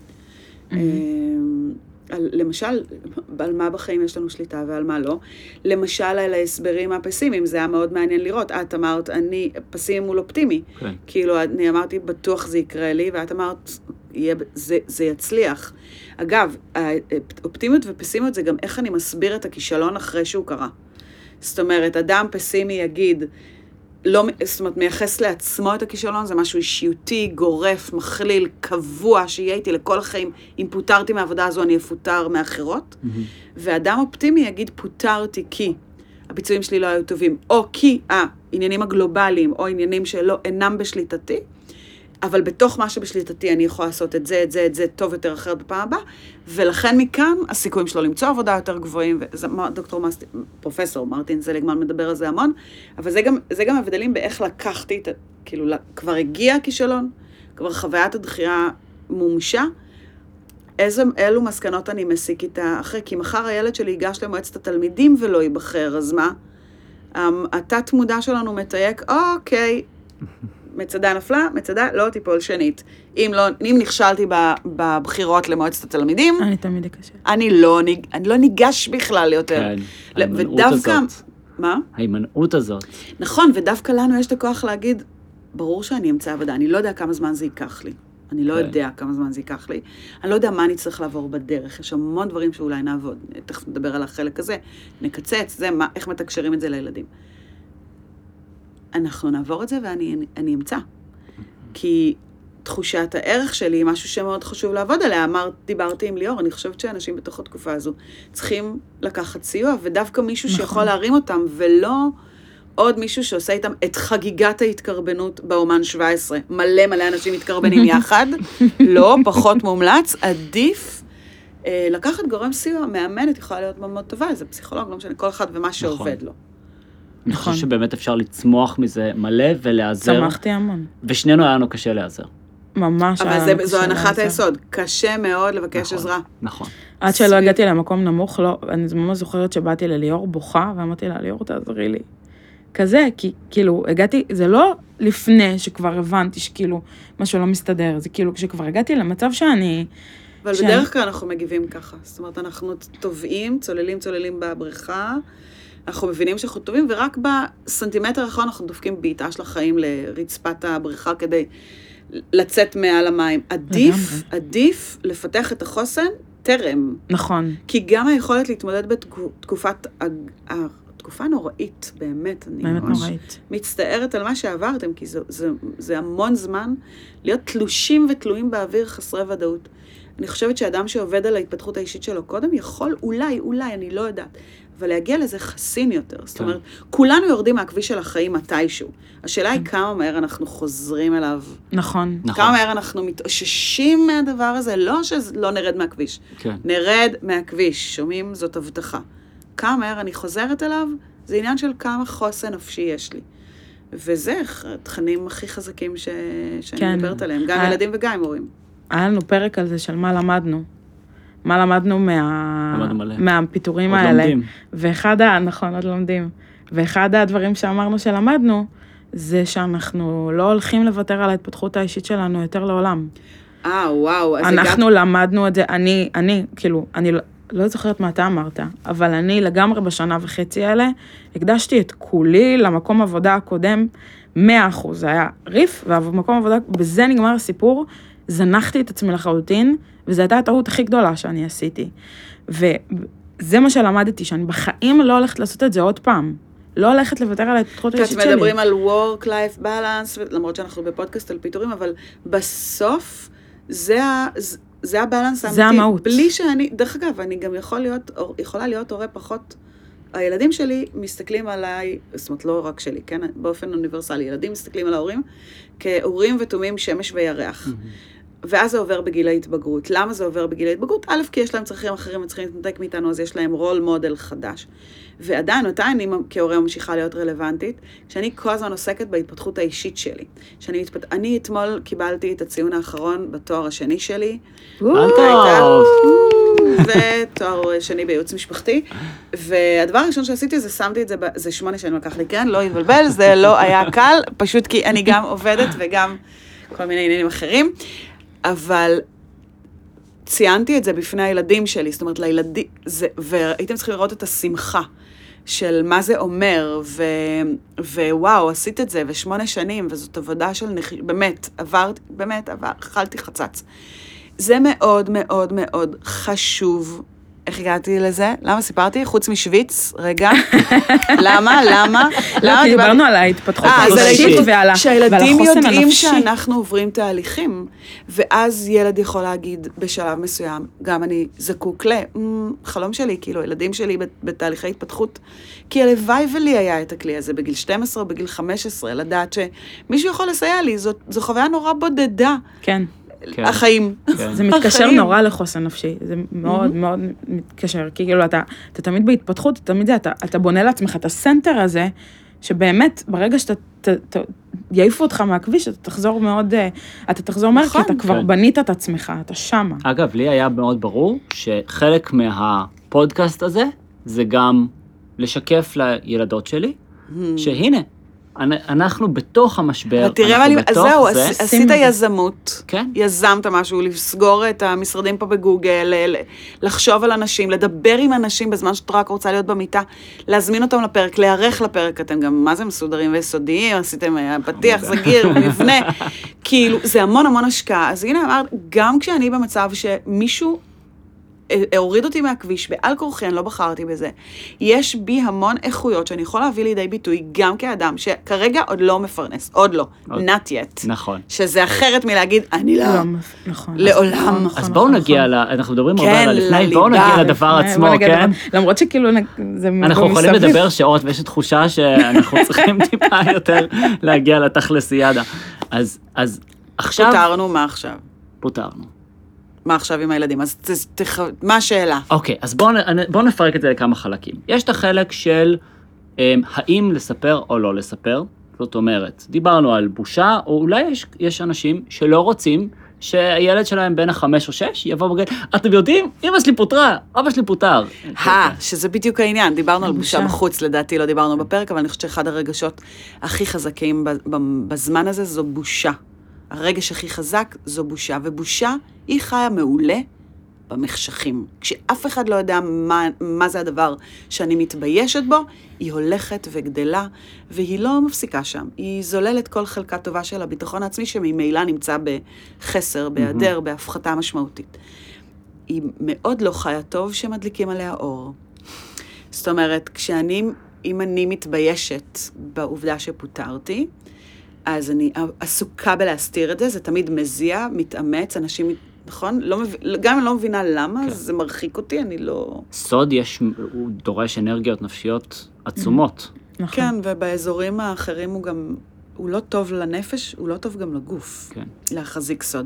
על, למשל, על מה בחיים יש לנו שליטה ועל מה לא. למשל, על ההסברים הפסימיים, זה היה מאוד מעניין לראות. את אמרת, אני פסימי מול אופטימי. כן. כאילו, אני אמרתי, בטוח זה יקרה לי, ואת אמרת, יהיה, זה, זה יצליח. אגב, אופטימיות ופסימיות זה גם איך אני מסביר את הכישלון אחרי שהוא קרה. זאת אומרת, אדם פסימי יגיד, לא, זאת אומרת, מייחס לעצמו את הכישלון, זה משהו אישיותי, גורף, מכליל, קבוע, שיהיה איתי לכל החיים. אם פוטרתי מהעבודה הזו, אני אפוטר מאחרות. Mm-hmm. ואדם אופטימי יגיד, פוטרתי כי הביצועים שלי לא היו טובים, או כי העניינים הגלובליים, או עניינים שלא אינם בשליטתי, אבל בתוך מה שבשליטתי אני יכולה לעשות את זה, את זה, את זה, טוב יותר אחרת בפעם הבאה, ולכן מכאן הסיכויים שלו למצוא עבודה יותר גבוהים, ודוקטור מסט... פרופסור מרטין זליגמן מדבר על זה המון, אבל זה גם, זה גם הבדלים באיך לקחתי את, כאילו, כבר הגיע הכישלון, כבר חוויית הדחייה מומשה, איזה, אילו מסקנות אני מסיק איתה אחרי, כי מחר הילד שלי ייגש למועצת התלמידים ולא ייבחר, אז מה? התת מודע שלנו מתייק, אוקיי, מצדה נפלה, מצדה לא תיפול שנית. אם לא, אם נכשלתי בבחירות למועצת התלמידים, אני תמיד אקשה. אני לא, אני לא ניגש בכלל יותר. כן, ההימנעות הזאת. מה? ההימנעות הזאת. נכון, ודווקא לנו יש את הכוח להגיד, ברור שאני אמצא עבודה, אני לא יודע כמה זמן זה ייקח לי. אני לא יודע כמה זמן זה ייקח לי. אני לא יודע מה אני צריך לעבור בדרך. יש המון דברים שאולי נעבוד. תכף נדבר על החלק הזה. נקצץ, זה מה, איך מתקשרים את זה לילדים. אנחנו נעבור את זה ואני אני אמצא. כי תחושת הערך שלי היא משהו שמאוד חשוב לעבוד עליה. אמר, דיברתי עם ליאור, אני חושבת שאנשים בתוך התקופה הזו צריכים לקחת סיוע, ודווקא מישהו נכון. שיכול להרים אותם, ולא עוד מישהו שעושה איתם את חגיגת ההתקרבנות באומן שבע עשרה. מלא מלא אנשים מתקרבנים יחד, לא, פחות מומלץ, עדיף אה, לקחת גורם סיוע, מאמנת, יכולה להיות מאוד טובה, זה פסיכולוג, לא משנה, כל אחד ומה שעובד לו. אני חושב שבאמת אפשר לצמוח מזה מלא ולעזר. צמחתי המון. ושנינו היה לנו קשה לעזר. ממש היה לנו אבל קשה זו הנחת לעזר. היסוד, קשה מאוד לבקש עזרה. נכון. עד שלא הגעתי למקום נמוך, לא, אני ממש זוכרת שבאתי לליאור בוכה, ואמרתי לה, ליאור, תעזרי לי. כזה, כי כאילו, הגעתי, זה לא לפני שכבר הבנתי שכאילו משהו לא מסתדר, זה כאילו כשכבר הגעתי למצב שאני... אבל שאני... בדרך כלל אנחנו מגיבים ככה, זאת אומרת, אנחנו טובעים, צוללים, צוללים בבריכה, אנחנו מבינים שאנחנו טובים, ורק בסנטימטר האחרון אנחנו דופקים בעיטה של החיים לרצפת הבריכה כדי לצאת מעל המים. עדיף, עדיף לפתח את החוסן טרם. נכון. כי גם היכולת להתמודד בתקופת... תקופה נוראית, באמת, אני באמת ממש נוראית. מצטערת על מה שעברתם, כי זה, זה, זה המון זמן להיות תלושים ותלויים באוויר חסרי ודאות. אני חושבת שאדם שעובד על ההתפתחות האישית שלו קודם, יכול אולי, אולי, אני לא יודעת, אבל להגיע לזה חסין יותר. זאת אומרת, כולנו יורדים מהכביש של החיים מתישהו. השאלה היא כמה מהר אנחנו חוזרים אליו. נכון. כמה מהר אנחנו מתאוששים מהדבר הזה, לא שלא נרד מהכביש. כן. נרד מהכביש, שומעים? זאת הבטחה. כמה מהר אני חוזרת אליו, זה עניין של כמה חוסן נפשי יש לי. וזה התכנים הכי חזקים ש... שאני כן. מדברת עליהם, גם היה... ילדים וגם הורים. היה לנו פרק על זה של מה למדנו. מה למדנו מה... מהפיתורים עוד האלה. לומדים. ואחד ה... נכון, עוד לומדים. ואחד הדברים שאמרנו שלמדנו, זה שאנחנו לא הולכים לוותר על ההתפתחות האישית שלנו יותר לעולם. אה, וואו. אנחנו הגעת... למדנו את זה, אני, אני, כאילו, אני לא... לא זוכרת מה אתה אמרת, אבל אני לגמרי בשנה וחצי האלה, הקדשתי את כולי למקום עבודה הקודם, מאה אחוז, זה היה ריף, ובמקום עבודה, בזה נגמר הסיפור, זנחתי את עצמי לחלוטין, וזו הייתה הטעות הכי גדולה שאני עשיתי. וזה מה שלמדתי, שאני בחיים לא הולכת לעשות את זה עוד פעם. לא הולכת לוותר על ההתפתחות האישית שלי. מדברים על work-life balance, למרות שאנחנו בפודקאסט על פיתורים, אבל בסוף זה ה... זה הבאלנס האמיתי. זה המהות. בלי שאני, דרך אגב, אני גם יכול להיות, יכולה להיות הורה פחות, הילדים שלי מסתכלים עליי, זאת אומרת, לא רק שלי, כן? באופן אוניברסלי, ילדים מסתכלים על ההורים כהורים ותומים שמש וירח. ואז זה עובר בגיל ההתבגרות. למה זה עובר בגיל ההתבגרות? א', כי יש להם צרכים אחרים וצריכים להתנתק מאיתנו, אז יש להם רול מודל חדש. ועדיין, אותה אני כהורה ממשיכה להיות רלוונטית, כשאני כל הזמן עוסקת בהתפתחות האישית שלי. שאני, מתפת... אני אתמול קיבלתי את הציון האחרון בתואר השני שלי. טוב. ותואר שני בייעוץ משפחתי. והדבר הראשון שעשיתי זה שמתי את זה, זה שמונה שנים לקח לי, כן? לא יבלבל, זה לא היה קל, פשוט כי אני גם עובדת וגם כל מיני עניינים אחרים. אבל ציינתי את זה בפני הילדים שלי, זאת אומרת, לילדים, זה, והייתם צריכים לראות את השמחה של מה זה אומר, ו, ווואו, עשית את זה, ושמונה שנים, וזאת עבודה של נח... באמת, עברת, באמת, עבר, אכלתי חצץ. זה מאוד מאוד מאוד חשוב. איך הגעתי לזה? למה סיפרתי? חוץ משוויץ, רגע. למה? למה? לא, כי דיברנו על ההתפתחות האישית ועל החוסן הנפשי. שהילדים יודעים שאנחנו עוברים תהליכים, ואז ילד יכול להגיד בשלב מסוים, גם אני זקוק ל... חלום שלי, כאילו, ילדים שלי בתהליכי התפתחות, כי הלוואי ולי היה את הכלי הזה בגיל שתים עשרה או בגיל חמש עשרה, לדעת שמישהו יכול לסייע לי, זו חוויה נורא בודדה. כן. כן. החיים. כן. זה מתקשר נורא לחוסן נפשי, זה מאוד מאוד מתקשר, כי כאילו אתה, אתה תמיד בהתפתחות, תמיד זה, אתה, אתה בונה לעצמך את הסנטר הזה, שבאמת ברגע שאתה ת, ת, יעיפו אותך מהכביש, אתה תחזור מאוד, אתה תחזור מהר, כי אתה כבר בנית את עצמך, אתה שמה. אגב, לי היה מאוד ברור שחלק מהפודקאסט הזה, זה גם לשקף לילדות שלי, שהנה, אנחנו בתוך המשבר, תראה מה לי, אז זהו, זה. עשית יזמות, כן. יזמת משהו, לסגור את המשרדים פה בגוגל, לחשוב על אנשים, לדבר עם אנשים בזמן שאת רק רוצה להיות במיטה, להזמין אותם לפרק, להיערך לפרק, אתם גם, מה זה מסודרים ויסודיים, עשיתם פתיח, סגיר, מבנה, כאילו, זה המון המון השקעה. אז הנה אמרת, גם כשאני במצב שמישהו הוריד אותי מהכביש, בעל כורחי, אני לא בחרתי בזה. יש בי המון איכויות שאני יכולה להביא לידי ביטוי, גם כאדם שכרגע עוד לא מפרנס, עוד לא, not yet. נכון. שזה אחרת מלהגיד, אני לא, נכון. לעולם. אז בואו נגיע, אנחנו מדברים הרבה על הלפני, בואו נגיע לדבר עצמו, כן? למרות שכאילו זה מסביב. אנחנו יכולים לדבר שעות, ויש תחושה שאנחנו צריכים טיפה יותר להגיע לתכלסיאדה. אז עכשיו... פותרנו, מה עכשיו? פותרנו. מה עכשיו עם הילדים? אז תח... מה השאלה? אוקיי, אז בואו בוא נפרק את זה לכמה חלקים. יש את החלק של הם, האם לספר או לא לספר, זאת אומרת, דיברנו על בושה, או אולי יש, יש אנשים שלא רוצים שהילד שלהם בין החמש או שש יבוא בגלל, אתם יודעים, אמא שלי פוטרה, אבא שלי פוטר. אה, שזה בדיוק העניין, דיברנו על בושה בחוץ, לדעתי לא דיברנו בפרק, אבל אני חושבת שאחד הרגשות הכי חזקים בזמן הזה זו בושה. הרגש הכי חזק זו בושה, ובושה היא חיה מעולה במחשכים. כשאף אחד לא יודע מה, מה זה הדבר שאני מתביישת בו, היא הולכת וגדלה, והיא לא מפסיקה שם. היא זוללת כל חלקה טובה של הביטחון העצמי, שממילא נמצא בחסר, בהיעדר, בהפחתה משמעותית. היא מאוד לא חיה טוב שמדליקים עליה אור. זאת אומרת, כשאני, אם אני מתביישת בעובדה שפוטרתי, אז אני עסוקה בלהסתיר את זה, זה תמיד מזיע, מתאמץ, אנשים, נכון? לא מב... גם אם אני לא מבינה למה, כן. זה מרחיק אותי, אני לא... סוד יש, הוא דורש אנרגיות נפשיות עצומות. נכון. כן, ובאזורים האחרים הוא גם, הוא לא טוב לנפש, הוא לא טוב גם לגוף, כן. להחזיק סוד.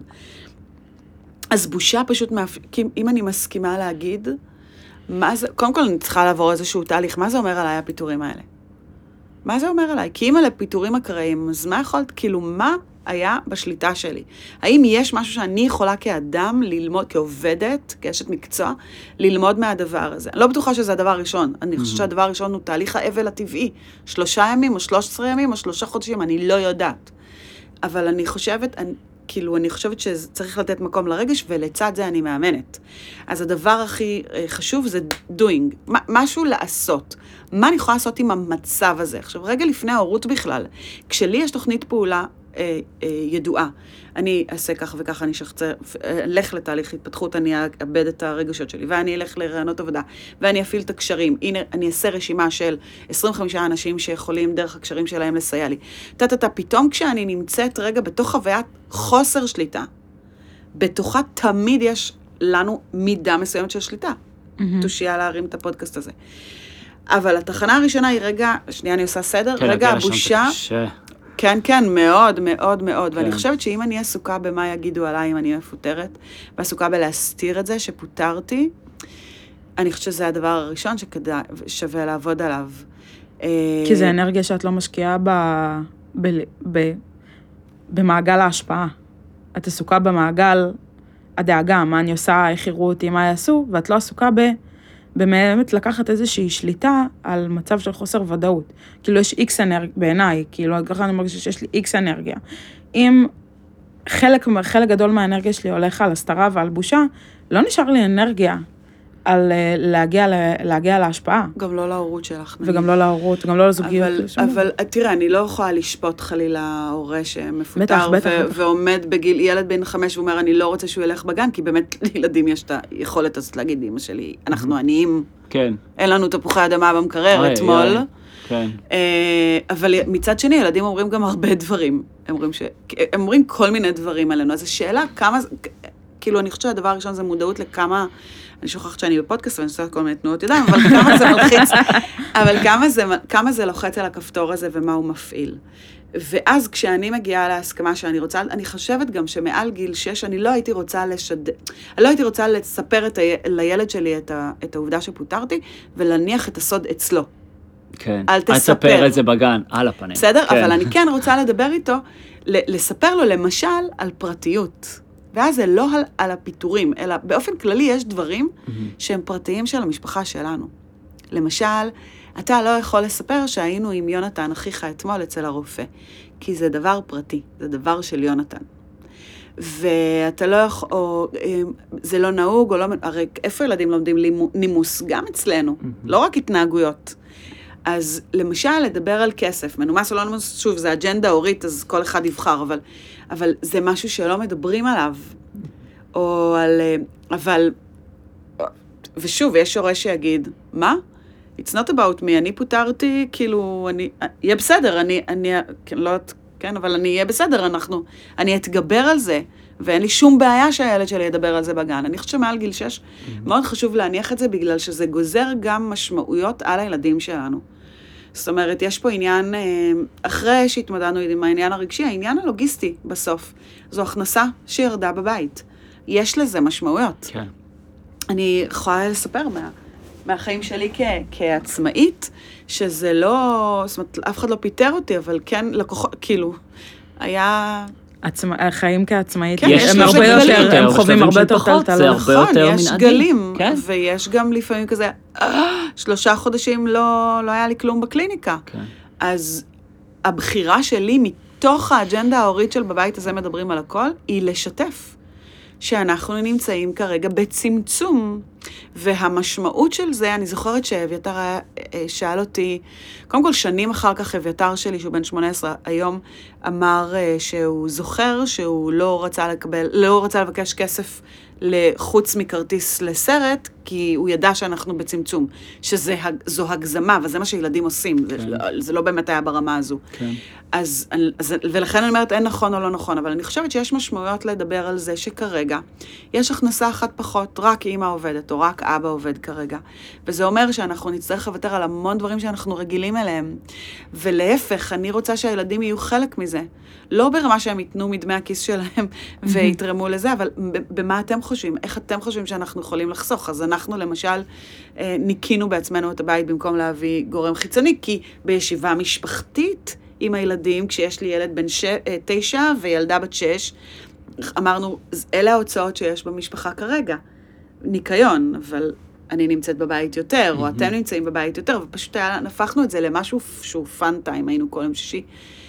אז בושה פשוט, מאפ... אם אני מסכימה להגיד, מה זה, קודם כל אני צריכה לעבור איזשהו תהליך, מה זה אומר עליי הפיתורים האלה? מה זה אומר עליי? כי אם אלה פיתורים אקראיים, אז מה יכולת, כאילו, מה היה בשליטה שלי? האם יש משהו שאני יכולה כאדם ללמוד, כעובדת, כאשת מקצוע, ללמוד מהדבר הזה? אני לא בטוחה שזה הדבר הראשון. אני חושבת שהדבר הראשון הוא תהליך האבל הטבעי. שלושה ימים או שלוש עשרה ימים או שלושה חודשים, אני לא יודעת. אבל אני חושבת, אני, כאילו, אני חושבת שצריך לתת מקום לרגש, ולצד זה אני מאמנת. אז הדבר הכי חשוב זה doing, משהו לעשות. מה אני יכולה לעשות עם המצב הזה? עכשיו, רגע לפני ההורות בכלל, כשלי יש תוכנית פעולה אה, אה, ידועה, אני אעשה ככה וככה, אני שחצה, אלך לתהליך התפתחות, אני אאבד את הרגשות שלי, ואני אלך לרעיונות עבודה, ואני אפעיל את הקשרים, הנה, אני אעשה רשימה של עשרים וחמישה אנשים שיכולים דרך הקשרים שלהם לסייע לי. תתתה, פתאום כשאני נמצאת רגע בתוך חוויית חוסר שליטה, בתוכה תמיד יש לנו מידה מסוימת של שליטה. תושייה להרים את הפודקאסט הזה. אבל התחנה הראשונה היא רגע, שנייה אני עושה סדר, כן, רגע הבושה, כן, כן, מאוד, מאוד, מאוד, כן. ואני חושבת שאם אני עסוקה במה יגידו עליי אם אני מפוטרת, ועסוקה בלהסתיר את זה שפוטרתי, אני חושבת שזה הדבר הראשון שכדאי, שווה לעבוד עליו. כי זה אנרגיה שאת לא משקיעה ב, ב, ב, במעגל ההשפעה. את עסוקה במעגל הדאגה, מה אני עושה, איך יראו אותי, מה יעשו, ואת לא עסוקה ב... באמת לקחת איזושהי שליטה על מצב של חוסר ודאות. כאילו יש איקס אנרגיה, בעיניי, כאילו ככה אני מרגישה שיש לי איקס אנרגיה. אם חלק, חלק גדול מהאנרגיה שלי הולך על הסתרה ועל בושה, לא נשאר לי אנרגיה על להגיע, להגיע להשפעה. גם לא להורות שלך. וגם לא להורות, גם לא לזוגיות. אבל, אבל תראה, אני לא יכולה לשפוט חלילה הורה שמפוטר ועומד בגיל, ילד בן חמש ואומר, אני לא רוצה שהוא ילך בגן, כי באמת לילדים יש את היכולת הזאת להגיד, אמא שלי, אנחנו עניים, כן. אין לנו תפוחי אדמה במקרר אתמול. כן. אבל מצד שני, ילדים אומרים גם הרבה דברים. הם אומרים, ש... הם אומרים כל מיני דברים עלינו. אז השאלה, כמה, כאילו, אני חושבת שהדבר הראשון זה מודעות לכמה, אני שוכחת שאני בפודקאסט ואני עושה כל מיני תנועות ידיים, אבל כמה זה מלחיץ, אבל כמה זה, כמה זה לוחץ על הכפתור הזה ומה הוא מפעיל. ואז כשאני מגיעה להסכמה שאני רוצה, אני חושבת גם שמעל גיל שש, אני לא הייתי רוצה לשד... אני לא הייתי רוצה לספר את ה... לילד שלי את, ה... את העובדה שפוטרתי, ולהניח את הסוד אצלו. כן. אל תספר. אל תספר את זה בגן, על הפנים. בסדר? כן. אבל אני כן רוצה לדבר איתו, לספר לו למשל על פרטיות. ואז זה לא על, על הפיתורים, אלא באופן כללי יש דברים mm-hmm. שהם פרטיים של המשפחה שלנו. למשל, אתה לא יכול לספר שהיינו עם יונתן אחיך אתמול אצל הרופא, כי זה דבר פרטי, זה דבר של יונתן. ואתה לא יכול, או זה לא נהוג, או לא, הרי איפה ילדים לומדים נימוס? גם אצלנו, לא רק התנהגויות. אז למשל, לדבר על כסף, מנומס או לא מנומס, שוב, זה אג'נדה הורית, אז כל אחד יבחר, אבל, אבל זה משהו שלא מדברים עליו. או על, אבל, ושוב, יש הורה שיגיד, מה? It's not about me, אני פוטרתי, כאילו, אני, יהיה בסדר, אני, אני, כן, לא, כן, אבל אני אהיה בסדר, אנחנו, אני אתגבר על זה, ואין לי שום בעיה שהילד שלי ידבר על זה בגן. אני חושבת שמעל גיל שש, מאוד חשוב להניח את זה, בגלל שזה גוזר גם משמעויות על הילדים שלנו. זאת אומרת, יש פה עניין, אחרי שהתמודדנו עם העניין הרגשי, העניין הלוגיסטי בסוף, זו הכנסה שירדה בבית. יש לזה משמעויות. כן. אני יכולה לספר מה, מהחיים שלי כ, כעצמאית, שזה לא, זאת אומרת, אף אחד לא פיטר אותי, אבל כן, לקוחות, כאילו, היה... עצמא, החיים כעצמאית, כן, יש הם לזה הרבה גלים. יותר, הם חווים הרבה יותר פחות, זה טלטלה. הרבה נכון, יותר יש מנעדים. גלים, כן. ויש גם לפעמים כזה, "אה, שלושה חודשים לא, לא היה לי כלום בקליניקה. כן. אז הבחירה שלי מתוך האג'נדה ההורית של בבית הזה מדברים על הכל, היא לשתף. שאנחנו נמצאים כרגע בצמצום, והמשמעות של זה, אני זוכרת שאביתר שאל אותי, קודם כל שנים אחר כך אביתר שלי, שהוא בן שמונה עשרה, היום אמר שהוא זוכר שהוא לא רצה לקבל, לא רצה לבקש כסף לחוץ מכרטיס לסרט, כי הוא ידע שאנחנו בצמצום, שזו הגזמה, וזה מה שילדים עושים, כן. זה, זה לא באמת היה ברמה הזו. כן. אז, אז, ולכן אני אומרת, אין נכון או לא נכון, אבל אני חושבת שיש משמעויות לדבר על זה שכרגע יש הכנסה אחת פחות, רק אמא עובדת, או רק אבא עובד כרגע. וזה אומר שאנחנו נצטרך לוותר על המון דברים שאנחנו רגילים אליהם. ולהפך, אני רוצה שהילדים יהיו חלק מזה. לא ברמה שהם ייתנו מדמי הכיס שלהם ויתרמו לזה, אבל במה אתם חושבים? איך אתם חושבים שאנחנו יכולים לחסוך? אז אנחנו למשל ניקינו בעצמנו את הבית במקום להביא גורם חיצוני, כי בישיבה משפחתית עם הילדים, כשיש לי ילד בן ש... תשע וילדה בת שש, אמרנו, אלה ההוצאות שיש במשפחה כרגע. ניקיון, אבל אני נמצאת בבית יותר, או אתם נמצאים בבית יותר, ופשוט היה, נפחנו את זה למשהו שהוא פאן טיים, היינו כל יום שישי.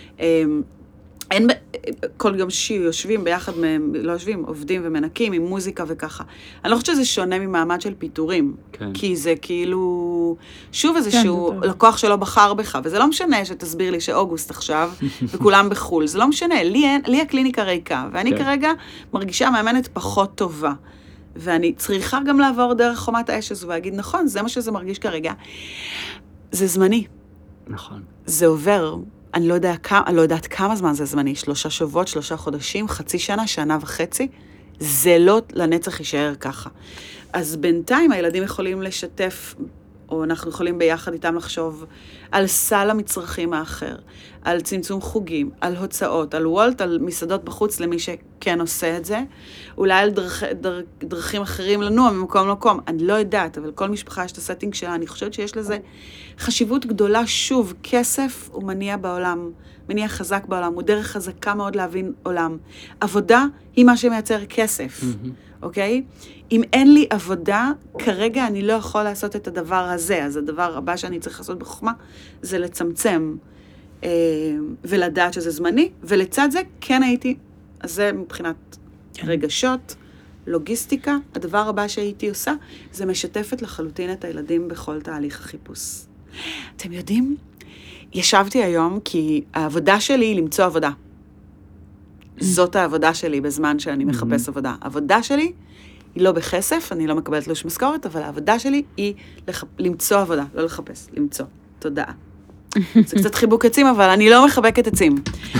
אין, כל יום שישי יושבים ביחד, לא יושבים, עובדים ומנקים עם מוזיקה וככה. אני לא חושבת שזה שונה ממעמד של פיטורים, כן. כי זה כאילו, שוב איזשהו כן, לקוח שלא בחר בך, וזה לא משנה שתסביר לי שאוגוסט עכשיו, וכולם בחול, זה לא משנה, לי, לי הקליניקה ריקה, ואני כן. כרגע מרגישה מאמנת פחות טובה, ואני צריכה גם לעבור דרך חומת האש הזו, ולהגיד, נכון, זה מה שזה מרגיש כרגע. זה זמני. נכון. זה עובר. אני לא, יודע, אני לא יודעת כמה זמן זה זמני, שלושה שבועות, שלושה חודשים, חצי שנה, שנה וחצי, זה לא לנצח יישאר ככה. אז בינתיים הילדים יכולים לשתף, או אנחנו יכולים ביחד איתם לחשוב על סל המצרכים האחר, על צמצום חוגים, על הוצאות, על וולט, על מסעדות בחוץ למי שכן עושה את זה, אולי על דרכ, דרכ, דרכים אחרים לנוע ממקום למקום, אני לא יודעת, אבל כל משפחה יש את הסטינג שלה, אני חושבת שיש לזה חשיבות גדולה, שוב, כסף הוא מניע בעולם, מניע חזק בעולם, הוא דרך חזקה מאוד להבין עולם. עבודה היא מה שמייצר כסף, mm-hmm. אוקיי? אם אין לי עבודה, כרגע אני לא יכול לעשות את הדבר הזה, אז הדבר הבא שאני צריך לעשות בחוכמה, זה לצמצם אה, ולדעת שזה זמני, ולצד זה כן הייתי, אז זה מבחינת כן. רגשות, לוגיסטיקה, הדבר הבא שהייתי עושה, זה משתפת לחלוטין את הילדים בכל תהליך החיפוש. אתם יודעים? ישבתי היום כי העבודה שלי היא למצוא עבודה. זאת העבודה שלי בזמן שאני מחפש עבודה. העבודה שלי היא לא בכסף, אני לא מקבלת לוש משכורת, אבל העבודה שלי היא לח... למצוא עבודה, לא לחפש, למצוא. תודה. זה קצת חיבוק עצים, אבל אני לא מחבקת עצים.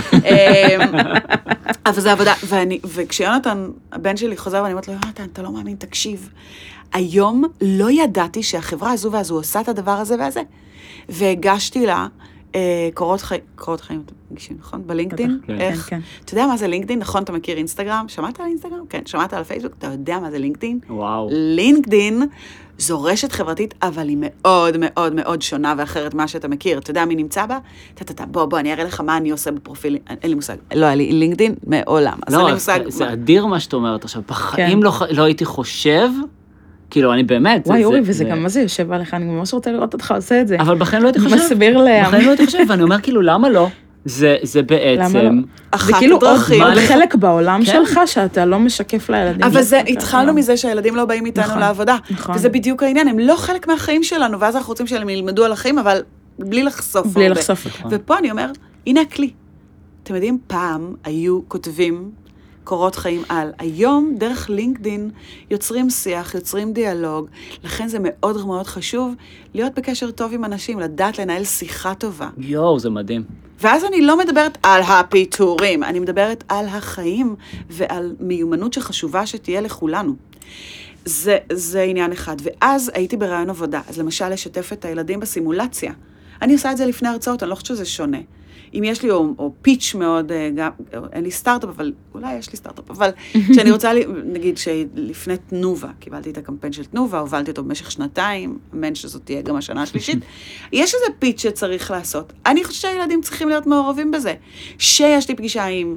אבל זה עבודה, ואני, וכשיונתן, הבן שלי חוזר, ואני אומרת לו, יונתן, אתה לא מאמין, תקשיב. היום לא ידעתי שהחברה הזו והזו עושה את הדבר הזה והזה. והגשתי לה, קורות חיים, קורות חיים, אתם מגישים, נכון? בלינקדין? איך? אתה יודע מה זה לינקדין? נכון, אתה מכיר אינסטגרם? שמעת על אינסטגרם? כן. שמעת על פייסבוק? אתה יודע מה זה לינקדין? וואו. לינקדין זו רשת חברתית, אבל היא מאוד מאוד מאוד שונה ואחרת מה שאתה מכיר. אתה יודע מי נמצא בה? בוא, בוא, אני אראה לך מה אני עושה בפרופיל. אין לי מושג. לא, היה לי לינקדין מעולם. לא, זה אדיר מה שאת אומרת עכשיו. בחיים לא הייתי חושב, כאילו, אני באמת... וואי, אורי, וזה גם מה זה יושב עליך, אני ממש רוצה לראות אותך עושה את זה. אבל בחיים לא הייתי חושב. מסביר להם. בחיים לא הייתי חושב, ואני אומר, כאילו, למה לא? זה, זה בעצם... אחת זה כאילו עוד, הדרכים. עוד חלק בעולם כן. שלך, שאתה לא משקף לילדים. אבל זה, שלך. התחלנו מזה שהילדים לא באים איתנו נכון, לעבודה. נכון. וזה בדיוק העניין, הם לא חלק מהחיים שלנו, ואז אנחנו רוצים שהם ילמדו על החיים, אבל בלי לחשוף בלי הרבה. לחשוף. נכון. ופה אני אומר, הנה הכלי. אתם יודעים, פעם היו כותבים קורות חיים על. היום, דרך לינקדין, יוצרים שיח, יוצרים דיאלוג, לכן זה מאוד מאוד חשוב להיות בקשר טוב עם אנשים, לדעת לנהל שיחה טובה. יואו, זה מדהים. ואז אני לא מדברת על הפיתורים, אני מדברת על החיים ועל מיומנות שחשובה שתהיה לכולנו. זה, זה עניין אחד. ואז הייתי ברעיון עבודה, אז למשל לשתף את הילדים בסימולציה. אני עושה את זה לפני הרצאות, אני לא חושבת שזה שונה. אם יש לי, או, או פיץ' מאוד, גם, אין לי סטארט-אפ, אבל אולי יש לי סטארט-אפ, אבל שאני רוצה, נגיד, שלפני תנובה, קיבלתי את הקמפיין של תנובה, הובלתי אותו במשך שנתיים, אמן שזאת תהיה גם השנה השלישית, יש איזה פיץ' שצריך לעשות. אני חושבת שהילדים צריכים להיות מעורבים בזה. שיש לי פגישה עם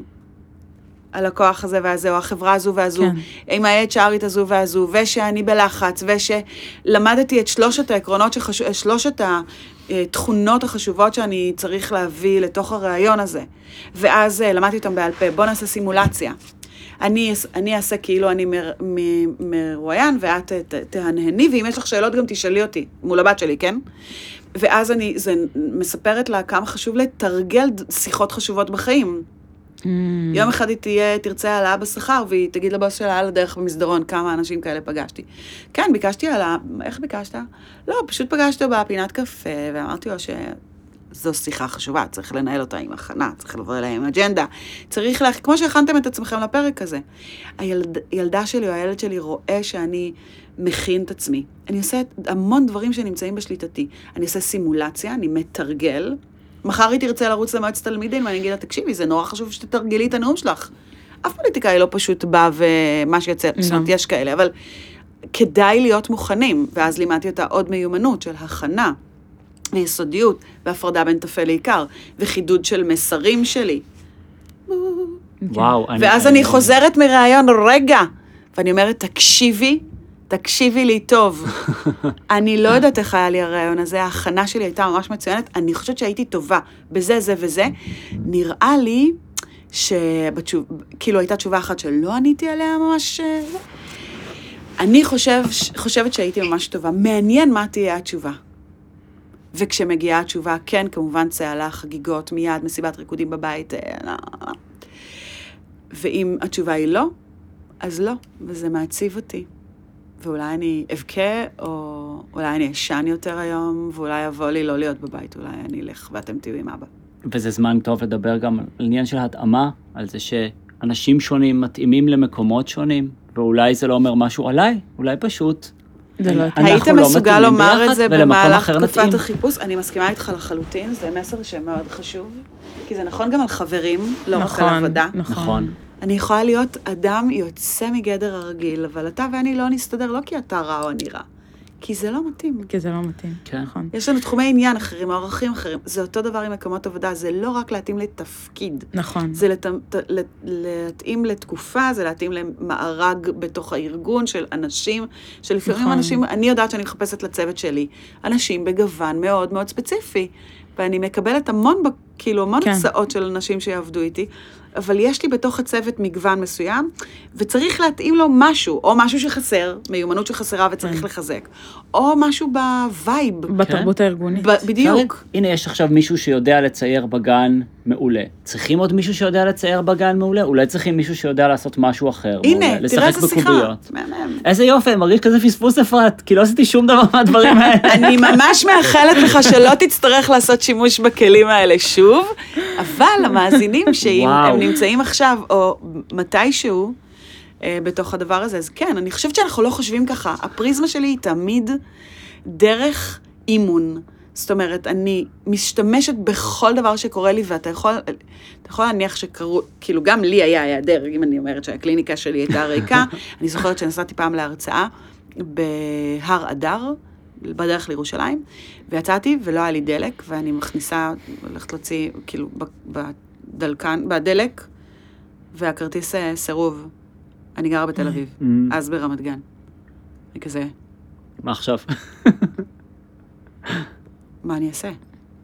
הלקוח הזה והזה, או החברה הזו והזו, כן. עם ה-אייץ' אר'ית הזו והזו, ושאני בלחץ, ושלמדתי את שלושת העקרונות, שחשוב, שלושת התכונות החשובות שאני צריך להביא לתוך הרעיון הזה. ואז למדתי אותם בעל פה, בוא נעשה סימולציה. אני, אני אעשה כאילו אני מר, מ, מרואיין, ואת ת, תהנהני, ואם יש לך שאלות גם תשאלי אותי, מול הבת שלי, כן? ואז אני, זה מספרת לה כמה חשוב לתרגל שיחות חשובות בחיים. Mm. יום אחד היא תהיה, תרצה העלאה בשכר, והיא תגיד לבוס שלה על הדרך במסדרון, כמה אנשים כאלה פגשתי. כן, ביקשתי העלאה, איך ביקשת? לא, פשוט פגשתי בפינת קפה, ואמרתי לו שזו שיחה חשובה, צריך לנהל אותה עם הכנה, צריך לבוא אליה עם אג'נדה, צריך לה, כמו שהכנתם את עצמכם לפרק הזה. הילד, הילדה שלי או הילד שלי רואה שאני מכין את עצמי. אני עושה המון דברים שנמצאים בשליטתי. אני עושה סימולציה, אני מתרגל, מחר היא תרצה לרוץ למועצת תלמידים, ואני אגיד לה, תקשיבי, זה נורא חשוב שתתרגלי את הנאום שלך. אף פוליטיקאי לא פשוט בא ומה שיוצא, זאת אומרת, יש כאלה, אבל כדאי להיות מוכנים, ואז לימדתי אותה עוד מיומנות של הכנה, ויסודיות, והפרדה בין תפל לעיקר, וחידוד של מסרים שלי. וואו. ואז אני חוזרת מראיון, רגע, ואני אומרת, תקשיבי, תקשיבי לי טוב. אני לא יודעת איך היה לי הרעיון הזה, ההכנה שלי הייתה ממש מצוינת, אני חושבת שהייתי טובה בזה, זה וזה. נראה לי שבתשוב, כאילו הייתה תשובה אחת שלא עניתי עליה ממש... אני חושב, חושבת שהייתי ממש טובה. מעניין מה תהיה התשובה. וכשמגיעה התשובה, כן, כמובן צהלה, חגיגות, מיד, מסיבת ריקודים בבית. ואם התשובה היא לא, אז לא, וזה מעציב אותי. ואולי אני אבכה, או אולי אני אשן יותר היום, ואולי יבוא לי לא להיות בבית, אולי אני אלך ואתם תהיו עם אבא. וזה זמן טוב לדבר גם על עניין של התאמה, על זה שאנשים שונים מתאימים למקומות שונים, ואולי זה לא אומר משהו עליי, אולי פשוט... היית מסוגל לומר את זה במהלך תקופת החיפוש? אני מסכימה איתך לחלוטין, זה מסר שמאוד חשוב, כי זה נכון גם על חברים, לא רק על עבודה. נכון. אני יכולה להיות אדם יוצא מגדר הרגיל, אבל אתה ואני לא נסתדר, לא כי אתה רע או אני רע, כי זה לא מתאים. כי זה לא מתאים, כן. נכון. יש לנו תחומי עניין אחרים, ערכים אחרים. זה אותו דבר עם מקומות עבודה, זה לא רק להתאים לתפקיד. נכון. זה לת... להתאים לתקופה, זה להתאים למארג בתוך הארגון של אנשים, שלפעמים נכון. אנשים, אני יודעת שאני מחפשת לצוות שלי, אנשים בגוון מאוד מאוד ספציפי, ואני מקבלת המון, כאילו, המון כן. הצעות של אנשים שיעבדו איתי, אבל יש לי בתוך הצוות מגוון מסוים, וצריך להתאים לו משהו, או משהו שחסר, מיומנות שחסרה וצריך לחזק, או משהו בווייב. בתרבות הארגונית. בדיוק. הנה, יש עכשיו מישהו שיודע לצייר בגן מעולה. צריכים עוד מישהו שיודע לצייר בגן מעולה? אולי צריכים מישהו שיודע לעשות משהו אחר מעולה. הנה, תראה איזה שיחה. איזה יופי, מרגיש כזה פספוס אפרת, כי לא עשיתי שום דבר מהדברים האלה. אני ממש מאחלת לך שלא תצטרך לעשות שימוש בכלים האלה שוב, אבל המאזינים שאם הם נמצאים עכשיו, או מתישהו, בתוך הדבר הזה, אז כן, אני חושבת שאנחנו לא חושבים ככה. הפריזמה שלי היא תמיד דרך אימון. זאת אומרת, אני משתמשת בכל דבר שקורה לי, ואתה יכול, אתה יכול להניח שקרו, כאילו גם לי היה היעדר, אם אני אומרת שהקליניקה שלי הייתה ריקה, אני זוכרת שנסעתי פעם להרצאה בהר אדר, בדרך לירושלים, ויצאתי ולא היה לי דלק, ואני מכניסה, הולכת להוציא, כאילו, בדלקן, בדלק, והכרטיס סירוב. אני גרה בתל אביב, אז ברמת גן. אני כזה, מה עכשיו? מה אני אעשה?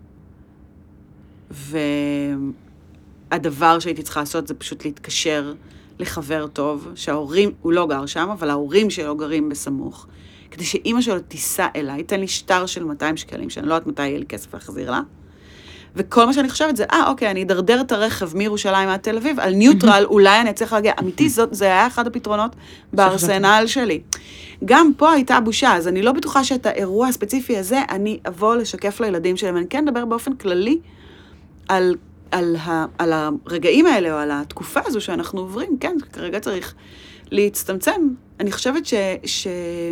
והדבר שהייתי צריכה לעשות זה פשוט להתקשר לחבר טוב, שההורים, הוא לא גר שם, אבל ההורים שלו גרים בסמוך, כדי שאמא שלו תיסע אליי, תן לי שטר של מאתיים שקלים, שאני לא יודעת מתי יהיה לי כסף להחזיר לה, וכל מה שאני חושבת זה, אה, אוקיי, אני אדרדר את הרכב מירושלים עד תל אביב, על ניוטרל, אולי אני אצליח להגיע. אמיתי, זאת, זה היה אחד הפתרונות בארסנל שלי. גם פה הייתה בושה, אז אני לא בטוחה שאת האירוע הספציפי הזה, אני אבוא לשקף לילדים שלהם. אני כן אדבר באופן כללי על, על, ה, על הרגעים האלה, או על התקופה הזו שאנחנו עוברים. כן, כרגע צריך להצטמצם. אני חושבת ש... ש...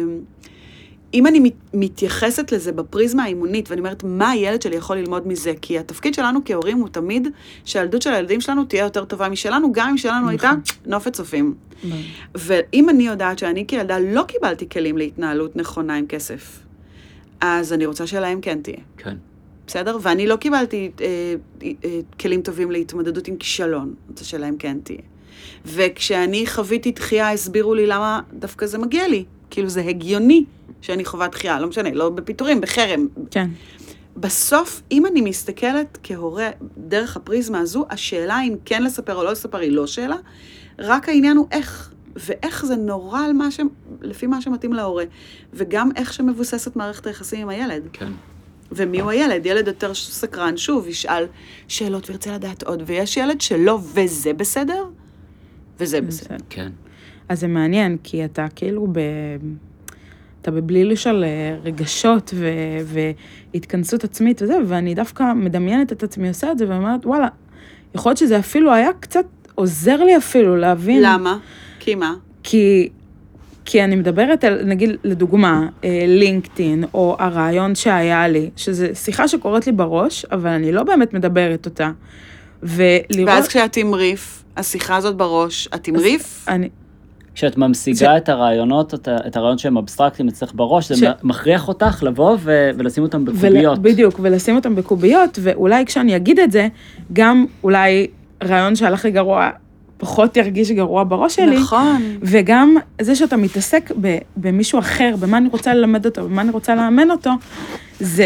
אם אני מתייחסת לזה בפריזמה האימונית, ואני אומרת, מה הילד שלי יכול ללמוד מזה? כי התפקיד שלנו כהורים הוא תמיד שהילדות של הילדים שלנו תהיה יותר טובה משלנו, גם אם שלנו הייתה נופת צופים. ואם אני יודעת שאני כילדה לא קיבלתי כלים להתנהלות נכונה עם כסף, אז אני רוצה שלהם כן תהיה. כן. בסדר? ואני לא קיבלתי אה, אה, כלים טובים להתמודדות עם כישלון, אני רוצה שלהם כן תהיה. וכשאני חוויתי דחייה, הסבירו לי למה דווקא זה מגיע לי. כאילו זה הגיוני שאני חווה דחייה, לא משנה, לא בפיתורים, בחרם. כן. בסוף, אם אני מסתכלת כהורה דרך הפריזמה הזו, השאלה אם כן לספר או לא לספר היא לא שאלה, רק העניין הוא איך, ואיך זה נורא על מה ש... לפי מה שמתאים להורה, וגם איך שמבוססת מערכת היחסים עם הילד. כן. ומי הוא הילד? ילד יותר סקרן, שוב, ישאל שאלות וירצה לדעת עוד, ויש ילד שלא, וזה בסדר, וזה בסדר. כן. אז זה מעניין, כי אתה כאילו ב... אתה בבליל של רגשות ו... והתכנסות עצמית וזה, ואני דווקא מדמיינת את עצמי עושה את זה, ואומרת, וואלה, יכול להיות שזה אפילו היה קצת עוזר לי אפילו להבין. למה? כי מה? כי, כי אני מדברת על, נגיד, לדוגמה, לינקדאין, או הרעיון שהיה לי, שזה שיחה שקורית לי בראש, אבל אני לא באמת מדברת אותה. ולראות... ואז כשאת תמריף, השיחה הזאת בראש, את תמריף? אני... כשאת ממשיגה את הרעיונות, את הרעיון שהם אבסטרקטיים אצלך בראש, זה מכריח אותך לבוא ולשים אותם בקוביות. בדיוק, ולשים אותם בקוביות, ואולי כשאני אגיד את זה, גם אולי רעיון שהלך לי גרוע, פחות ירגיש גרוע בראש שלי. נכון. וגם זה שאתה מתעסק במישהו אחר, במה אני רוצה ללמד אותו, במה אני רוצה לאמן אותו, זה...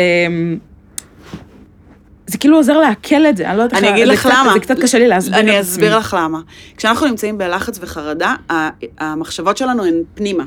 זה כאילו עוזר להקל את זה, אני לא יודעת אני אגיד לך למה. זה קצת קשה לי להסביר את עצמי. אני אסביר לך למה. כשאנחנו נמצאים בלחץ וחרדה, המחשבות שלנו הן פנימה.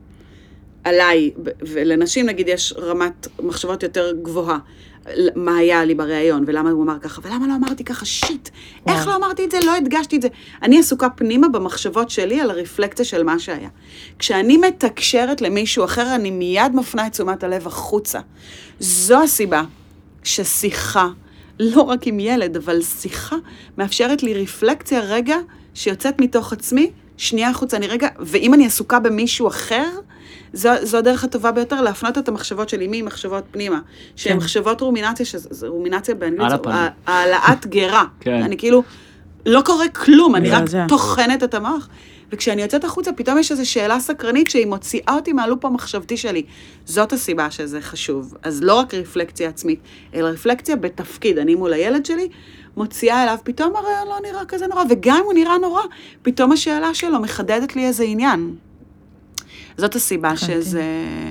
עליי, ולנשים נגיד יש רמת מחשבות יותר גבוהה. מה היה לי בראיון, ולמה הוא אמר ככה, ולמה לא אמרתי ככה, שיט, איך לא אמרתי את זה, לא הדגשתי את זה. אני עסוקה פנימה במחשבות שלי על הרפלקציה של מה שהיה. כשאני מתקשרת למישהו אחר, אני מיד מפנה את תשומת הלב החוצה. זו הסיבה ששיחה, לא רק עם ילד, אבל שיחה מאפשרת לי רפלקציה רגע שיוצאת מתוך עצמי, שנייה החוצה, אני רגע, ואם אני עסוקה במישהו אחר, זו, זו הדרך הטובה ביותר להפנות את המחשבות שלי ממחשבות פנימה, שהן מחשבות רומינציה, שזה רומינציה באנגלית, העלאת גרה. אני כאילו, לא קורה כלום, אני רק תוכנת את המוח. וכשאני יוצאת החוצה, פתאום יש איזו שאלה סקרנית שהיא מוציאה אותי מהלופ המחשבתי שלי. זאת הסיבה שזה חשוב. אז לא רק רפלקציה עצמית, אלא רפלקציה בתפקיד. אני מול הילד שלי, מוציאה אליו, פתאום הרעיון לא נראה כזה נורא, וגם אם הוא נראה נורא, פתאום השאלה שלו מחדדת לי איזה עניין. זאת הסיבה שזה,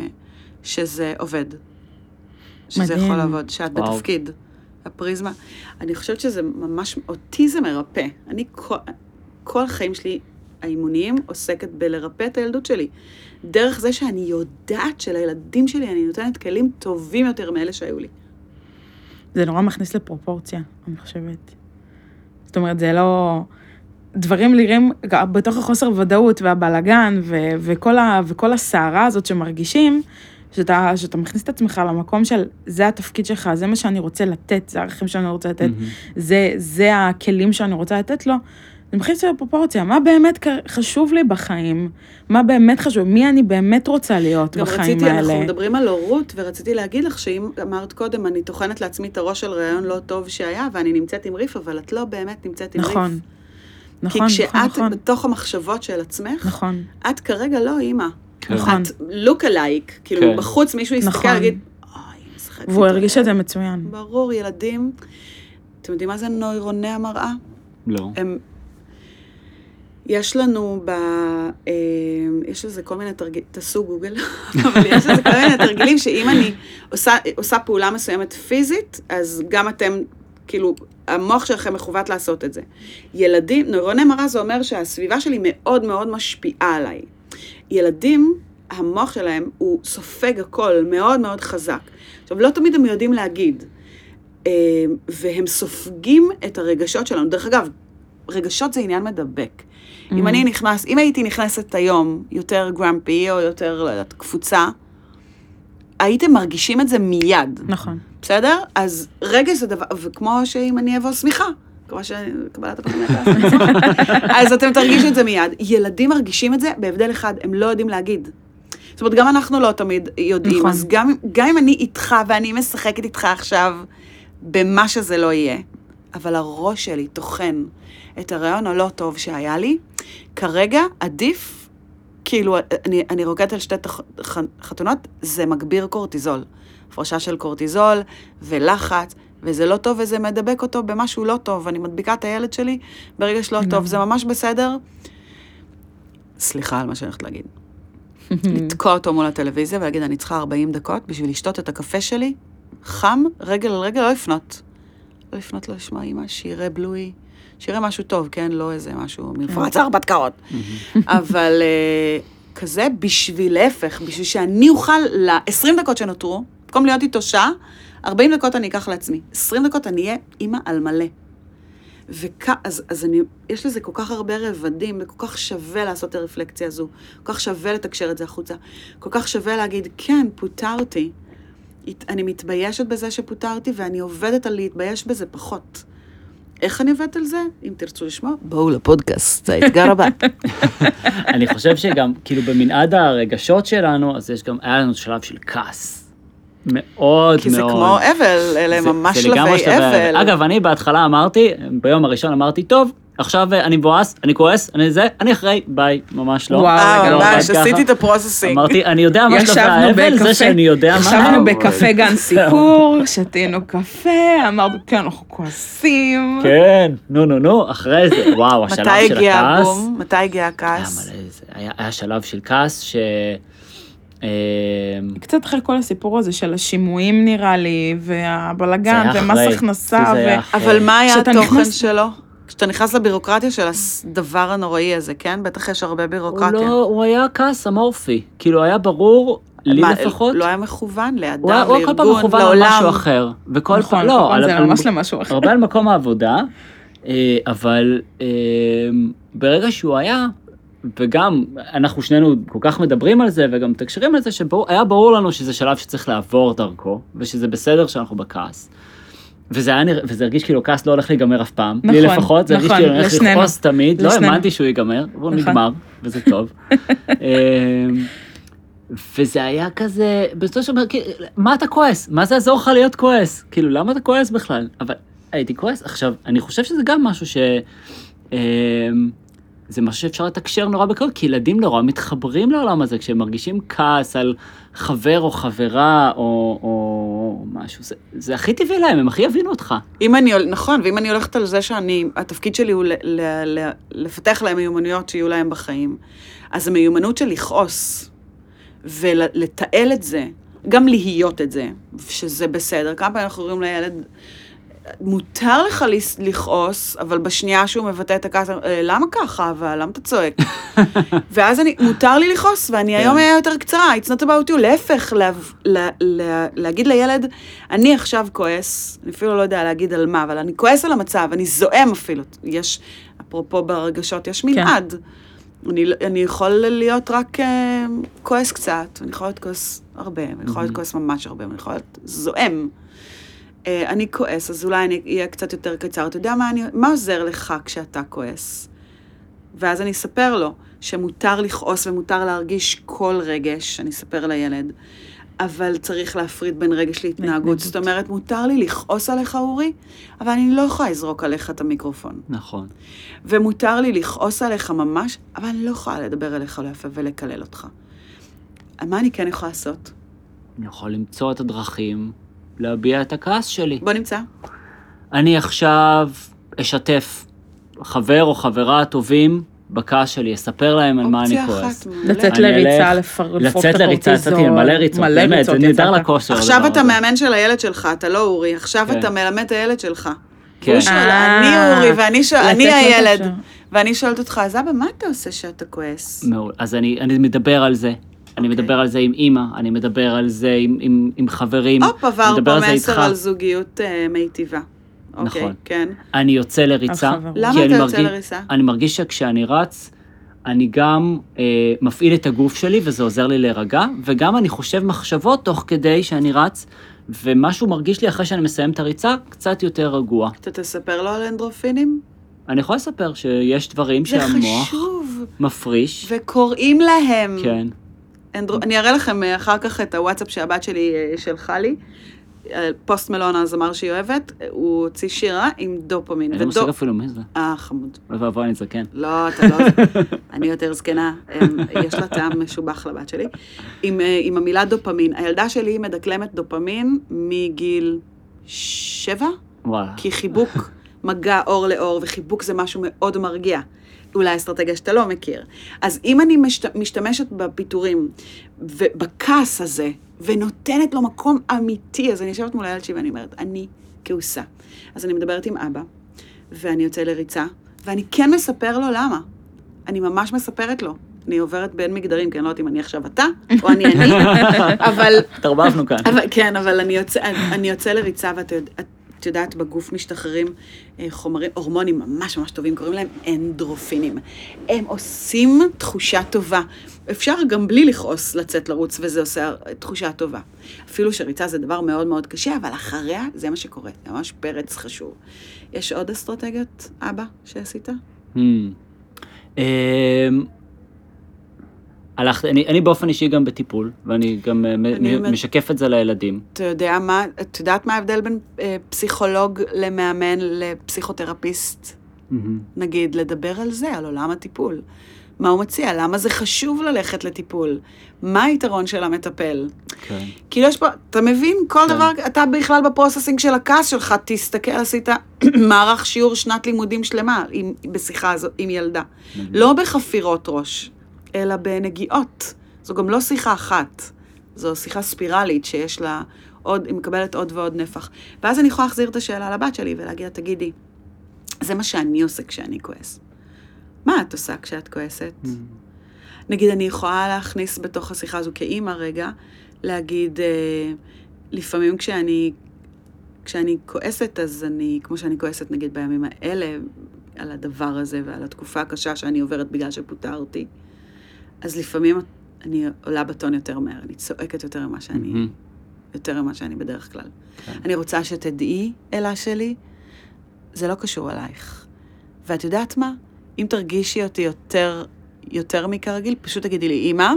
שזה עובד. שזה יכול לעבוד, שאת בתפקיד. הפריזמה. אני חושבת שזה ממש, אותי זה מרפא. אני כל, כל החיים שלי, האימוניים עוסקת בלרפא את הילדות שלי. דרך זה שאני יודעת שלילדים שלי אני נותנת כלים טובים יותר מאלה שהיו לי. זה נורא מכניס לפרופורציה, אני חושבת. זאת אומרת, זה לא... דברים לירים בתוך החוסר ודאות והבלגן ו- וכל, ה- וכל הסערה הזאת שמרגישים, שאתה, שאתה מכניס את עצמך למקום של זה התפקיד שלך, זה מה שאני רוצה לתת, זה הערכים שאני רוצה לתת, mm-hmm. זה, זה הכלים שאני רוצה לתת לו. זה מכניס לפרופורציה, מה באמת חשוב לי בחיים, מה באמת חשוב, מי אני באמת רוצה להיות בחיים רציתי, האלה. אנחנו מדברים על הורות, ורציתי להגיד לך שאם אמרת קודם, אני תוכנת לעצמי את הראש של רעיון לא טוב שהיה, ואני נמצאת עם ריף, אבל את לא באמת נמצאת עם נכון. ריף. נכון, כי כשאת נכון, בתוך המחשבות של עצמך, נכון. את כרגע לא אימא. נכון. את look alike, כאילו כן. בחוץ מישהו יסתכל נכון. להגיד, אוי, משחק. והוא הרגיש את זה מצוין. ברור, ילדים, אתם יודעים מה זה נוירוני המראה? לא. הם, יש לנו ב... אה, יש לזה כל מיני תרגילים, תעשו גוגל, אבל יש לזה כל מיני תרגילים שאם אני עושה, עושה פעולה מסוימת פיזית, אז גם אתם, כאילו, המוח שלכם מכוות לעשות את זה. ילדים, נוירוני מראה זה אומר שהסביבה שלי מאוד מאוד משפיעה עליי. ילדים, המוח שלהם הוא סופג הכל מאוד מאוד חזק. עכשיו, לא תמיד הם יודעים להגיד, אה, והם סופגים את הרגשות שלנו. דרך אגב, רגשות זה עניין מדבק. אם אני נכנס, אם הייתי נכנסת היום יותר גרמפי או יותר, לא יודעת, קפוצה, הייתם מרגישים את זה מיד. נכון. בסדר? אז רגע זה דבר, וכמו שאם אני אבוא סמיכה, כמו שקבלת הפעמים אז אתם תרגישו את זה מיד. ילדים מרגישים את זה בהבדל אחד, הם לא יודעים להגיד. זאת אומרת, גם אנחנו לא תמיד יודעים, נכון. אז גם, גם אם אני איתך ואני משחקת איתך עכשיו, במה שזה לא יהיה, אבל הראש שלי תוכן את הרעיון הלא טוב שהיה לי, כרגע עדיף, כאילו, אני, אני רוקדת על שתי תח, חתונות, זה מגביר קורטיזול. הפרשה של קורטיזול ולחץ, וזה לא טוב וזה מדבק אותו במשהו לא טוב, אני מדביקה את הילד שלי ברגע שלא טוב, זה ממש בסדר. סליחה על מה שאני הולכת להגיד. לתקוע אותו מול הטלוויזיה ולהגיד, אני צריכה ארבעים דקות בשביל לשתות את הקפה שלי, חם, רגל על רגל, לא לפנות. לא לפנות לו לשמוע אמא, שירה בלוי, שירה משהו טוב, כן? לא איזה משהו, מפרץ הרפתקאות. אבל כזה בשביל להפך, בשביל שאני אוכל ל-עשרים דקות שנותרו, במקום להיות איתו שעה, ארבעים דקות אני אקח לעצמי. עשרים דקות אני אהיה אמא על מלא. וכ... אז, אז אני, יש לזה כל כך הרבה רבדים, וכל כך שווה לעשות את הרפלקציה הזו, כל כך שווה לתקשר את זה החוצה, כל כך שווה להגיד, כן, פוטרתי. אני מתביישת בזה שפוטרתי, ואני עובדת על להתבייש בזה פחות. איך אני עובדת על זה? אם תרצו לשמוע, בואו לפודקאסט, זה האתגר הבא. אני חושב שגם, כאילו, במנעד הרגשות שלנו, אז יש גם, היה לנו שלב של כעס. מאוד מאוד. כי זה כמו אבל, אלה ממש שלבי אבל. אגב, אני בהתחלה אמרתי, ביום הראשון אמרתי, טוב, עכשיו אני בועס, אני כועס, אני זה, אני אחרי, ביי, ממש לא. וואו, ממש, עשיתי את הפרוססינג. אמרתי, אני יודע מה שלבי האבל, זה שאני יודע מה. ישבנו בקפה גן סיפור, שתינו קפה, אמרנו, כן, אנחנו כועסים. כן, נו, נו, נו, אחרי זה, וואו, השלב של הכעס. מתי הגיע הבום? מתי הגיע הכעס? היה שלב של כעס ש... קצת אחרי כל הסיפור הזה של השימועים נראה לי, והבלגן, ומס הכנסה, אבל מה היה התוכן שלו? כשאתה נכנס לבירוקרטיה של הדבר הנוראי הזה, כן? בטח יש הרבה בירוקרטיה. הוא היה כעס אמורפי, כאילו היה ברור, לי לפחות. לא היה מכוון לאדם, לארגון, לעולם. הוא כל פעם מכוון על משהו אחר. נכון, זה ממש למשהו אחר. הרבה על מקום העבודה, אבל ברגע שהוא היה, וגם אנחנו שנינו כל כך מדברים על זה, וגם תקשרים על זה, שהיה ברור לנו שזה שלב שצריך לעבור דרכו, ושזה בסדר שאנחנו בכעס. וזה היה, וזה הרגיש כאילו כעס לא הולך להיגמר אף פעם, נכון, לי לפחות, זה נכון, הרגיש כאילו הולך לכעוס תמיד, לשננו. לא האמנתי שהוא ייגמר, הוא נכון. נגמר, וזה טוב. וזה היה כזה, בסופו של דבר, מה אתה כועס? מה זה יעזור לך להיות כועס? כאילו, למה אתה כועס בכלל? אבל הייתי כועס. עכשיו, אני חושב שזה גם משהו ש... זה משהו שאפשר לתקשר נורא בקרוב, כי ילדים נורא מתחברים לעולם הזה, כשהם מרגישים כעס על חבר או חברה או, או משהו, זה, זה הכי טבעי להם, הם הכי יבינו אותך. אם אני, נכון, ואם אני הולכת על זה שאני, התפקיד שלי הוא ל, ל, ל, לפתח להם מיומנויות שיהיו להם בחיים, אז המיומנות של לכעוס ולתעל את זה, גם להיות את זה, שזה בסדר. כמה פעמים אנחנו רואים לילד, מותר לך לכעוס, אבל בשנייה שהוא מבטא את הכעס, למה ככה? אבל למה אתה צועק? ואז אני, מותר לי לכעוס, ואני היום היה יותר קצרה, it's not about you, להפך, לה, לה, לה, להגיד לילד, אני עכשיו כועס, אני אפילו לא יודע להגיד על מה, אבל אני כועס על המצב, אני זועם אפילו, יש, אפרופו ברגשות, יש מנעד. אני, אני יכול להיות רק uh, כועס קצת, אני יכולה להיות כועס הרבה, אני יכולה להיות כועס ממש הרבה, אני יכולה להיות זועם. אני כועס, אז אולי אני אהיה קצת יותר קצר. אתה יודע מה, אני, מה עוזר לך כשאתה כועס? ואז אני אספר לו שמותר לכעוס ומותר להרגיש כל רגש, אני אספר לילד, אבל צריך להפריד בין רגש להתנהגות. זאת אומרת, מותר לי לכעוס עליך, אורי, אבל אני לא יכולה לזרוק עליך את המיקרופון. נכון. ומותר לי לכעוס עליך ממש, אבל אני לא יכולה לדבר עליך לא יפה ולקלל אותך. מה אני כן יכולה לעשות? אני יכול למצוא את הדרכים, להביע את הכעס שלי. בוא נמצא. אני עכשיו אשתף חבר או חברה טובים בכעס שלי, אספר להם על מה אני אופציה כועס. אחת, מעולה. לצאת אני לריצה, אלך- לפר- לפרוק לצאת את לריצה, הקורטיזול. יצאתי למלא ריצות, מלא באמת, ריצות זה נהדר יצאת. לכושר. עכשיו הדבר אתה הזה. מאמן של הילד שלך, אתה לא אורי, עכשיו כן. אתה מלמד את הילד שלך. כן. והוא שואל, אה, אני אורי, ואני שואל, לתת אני לו את הילד. האפשר. ואני שואלת אותך, אז אבא, מה אתה עושה שאתה כועס? מעולה. אז אני, אני מדבר על זה. אני אוקיי. מדבר על זה עם אימא, אני מדבר על זה עם, עם, עם חברים. הופ, עבר אני מדבר פה על זה מסר איתך. על זוגיות אה, מיטיבה. אוקיי, נכון. כן. אני יוצא לריצה. על חברות. למה כי אתה אני יוצא מרגיש- לריצה? אני מרגיש שכשאני רץ, אני גם אה, מפעיל את הגוף שלי, וזה עוזר לי להירגע, וגם אני חושב מחשבות תוך כדי שאני רץ, ומשהו מרגיש לי אחרי שאני מסיים את הריצה, קצת יותר רגוע. אתה תספר לו על אנדרופינים? אני יכול לספר שיש דברים זה שהמוח חשוב. מפריש. וקוראים להם. כן. אנדרו... אני אראה לכם אה, אחר כך את הוואטסאפ שהבת שלי אה, שלחה לי. אה, פוסט מלון, הזמר שהיא אוהבת, הוא הוציא שירה עם דופמין. אני לא מושג אפילו מי זה. אה, חמוד. אוי ואבוי, אני זקן. לא, אתה לא... אני יותר זקנה. הם, יש לה טעם משובח לבת שלי. עם, אה, עם המילה דופמין. הילדה שלי מדקלמת דופמין מגיל שבע, וואלה. כי חיבוק מגע אור לאור, וחיבוק זה משהו מאוד מרגיע. אולי אסטרטגיה שאתה לא מכיר. אז אם אני משת, משתמשת בפיתורים, ובכעס הזה, ונותנת לו מקום אמיתי, אז אני יושבת מול הילד שלי ואני אומרת, אני כעוסה. אז אני מדברת עם אבא, ואני יוצא לריצה, ואני כן מספר לו למה. אני ממש מספרת לו. אני עוברת בין מגדרים, כי אני לא יודעת אם אני עכשיו אתה, או אני אני, אבל... תרבבנו כאן. אבל, כן, אבל אני יוצא, אני יוצא לריצה, ואת יודע, את יודעת, בגוף משתחררים אה, חומרים, הורמונים ממש ממש טובים, קוראים להם אנדרופינים. הם עושים תחושה טובה. אפשר גם בלי לכעוס לצאת לרוץ, וזה עושה תחושה טובה. אפילו שריצה זה דבר מאוד מאוד קשה, אבל אחריה זה מה שקורה. זה ממש פרץ חשוב. יש עוד אסטרטגיות, אבא, שעשית? Hmm. אמ, הלכת, אני, אני באופן אישי גם בטיפול, ואני גם אה, מ- אני מ- משקף את זה לילדים. אתה יודע מה, את יודעת מה ההבדל בין אה, פסיכולוג למאמן לפסיכותרפיסט? מהמם. נגיד, לדבר על זה, על עולם הטיפול. מה הוא מציע? למה זה חשוב ללכת לטיפול? מה היתרון של המטפל? כן. כאילו יש פה, אתה מבין? כל כן. דבר, אתה בכלל בפרוססינג של הכעס שלך, תסתכל, עשית מערך שיעור שנת לימודים שלמה עם, בשיחה הזו, עם ילדה. לא בחפירות ראש, אלא בנגיעות. זו גם לא שיחה אחת. זו שיחה ספירלית שיש לה עוד, היא מקבלת עוד ועוד נפח. ואז אני יכולה להחזיר את השאלה לבת שלי ולהגיד, תגידי, זה מה שאני עושה כשאני כועס. מה את עושה כשאת כועסת? Mm. נגיד, אני יכולה להכניס בתוך השיחה הזו כאימא רגע, להגיד, אה, לפעמים כשאני, כשאני כועסת, אז אני, כמו שאני כועסת נגיד בימים האלה, על הדבר הזה ועל התקופה הקשה שאני עוברת בגלל שפוטרתי, אז לפעמים אני עולה בטון יותר מהר, אני צועקת יותר ממה שאני, Mm-hmm. יותר ממה שאני בדרך כלל. כן. אני רוצה שתדעי, אלה שלי, זה לא קשור אלייך. ואת יודעת מה? אם תרגישי אותי יותר, יותר מכרגיל, פשוט תגידי לי, אמא,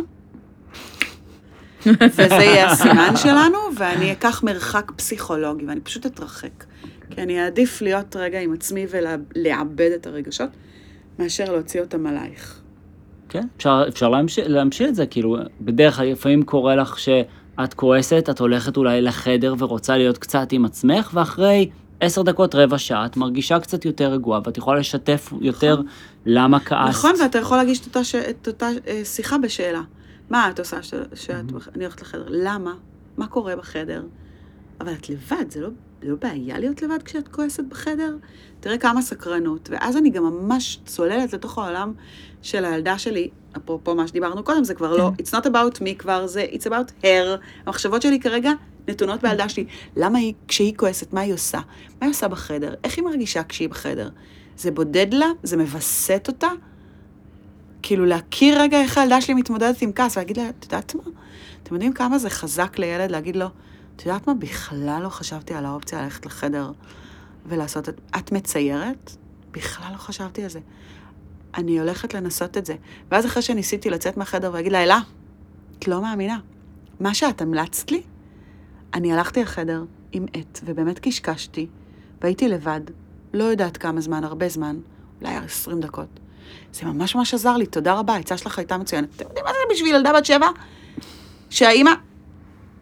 וזה יהיה הסימן שלנו, ואני אקח מרחק פסיכולוגי, ואני פשוט אתרחק. כי אני אעדיף להיות רגע עם עצמי ולעבד את הרגשות, מאשר להוציא אותם עלייך. כן, אפשר, אפשר להמשיל, להמשיל את זה, כאילו, בדרך כלל לפעמים קורה לך שאת כועסת, את הולכת אולי לחדר ורוצה להיות קצת עם עצמך, ואחרי עשר דקות, רבע שעה, את מרגישה קצת יותר רגועה, ואת יכולה לשתף יותר נכון. למה כעסת. נכון, ואתה יכול להגיש את אותה, ש... את אותה אה, שיחה בשאלה. מה את עושה ש... שאת... אני הולכת לחדר? למה? מה קורה בחדר? אבל את לבד, זה לא, זה לא בעיה להיות לבד כשאת כועסת בחדר? תראה כמה סקרנות. ואז אני גם ממש צוללת לתוך העולם של הילדה שלי, אפרופו מה שדיברנו קודם, זה כבר לא, it's not about me כבר, זה it's about her. המחשבות שלי כרגע נתונות בילדה שלי. למה היא, כשהיא כועסת, מה היא עושה? מה היא עושה בחדר? איך היא מרגישה כשהיא בחדר? זה בודד לה? זה מבסט אותה? כאילו להכיר רגע איך הילדה שלי מתמודדת עם כעס, ולהגיד לה, את יודעת מה? אתם יודעים כמה זה חזק לילד להגיד לו, את יודעת מה? בכלל לא חשבתי על האופציה ללכת לחדר ולעשות את... את מציירת? בכלל לא חשבתי על זה. אני הולכת לנסות את זה. ואז אחרי שניסיתי לצאת מהחדר ולהגיד לה, אלה, את לא מאמינה. מה שאת המלצת לי, אני הלכתי לחדר עם עט, ובאמת קשקשתי, והייתי לבד, לא יודעת כמה זמן, הרבה זמן, אולי עשרים דקות. זה ממש ממש עזר לי, תודה רבה, העצה שלך הייתה מצוינת. אתם יודעים מה זה בשביל ילדה בת שבע? שהאימא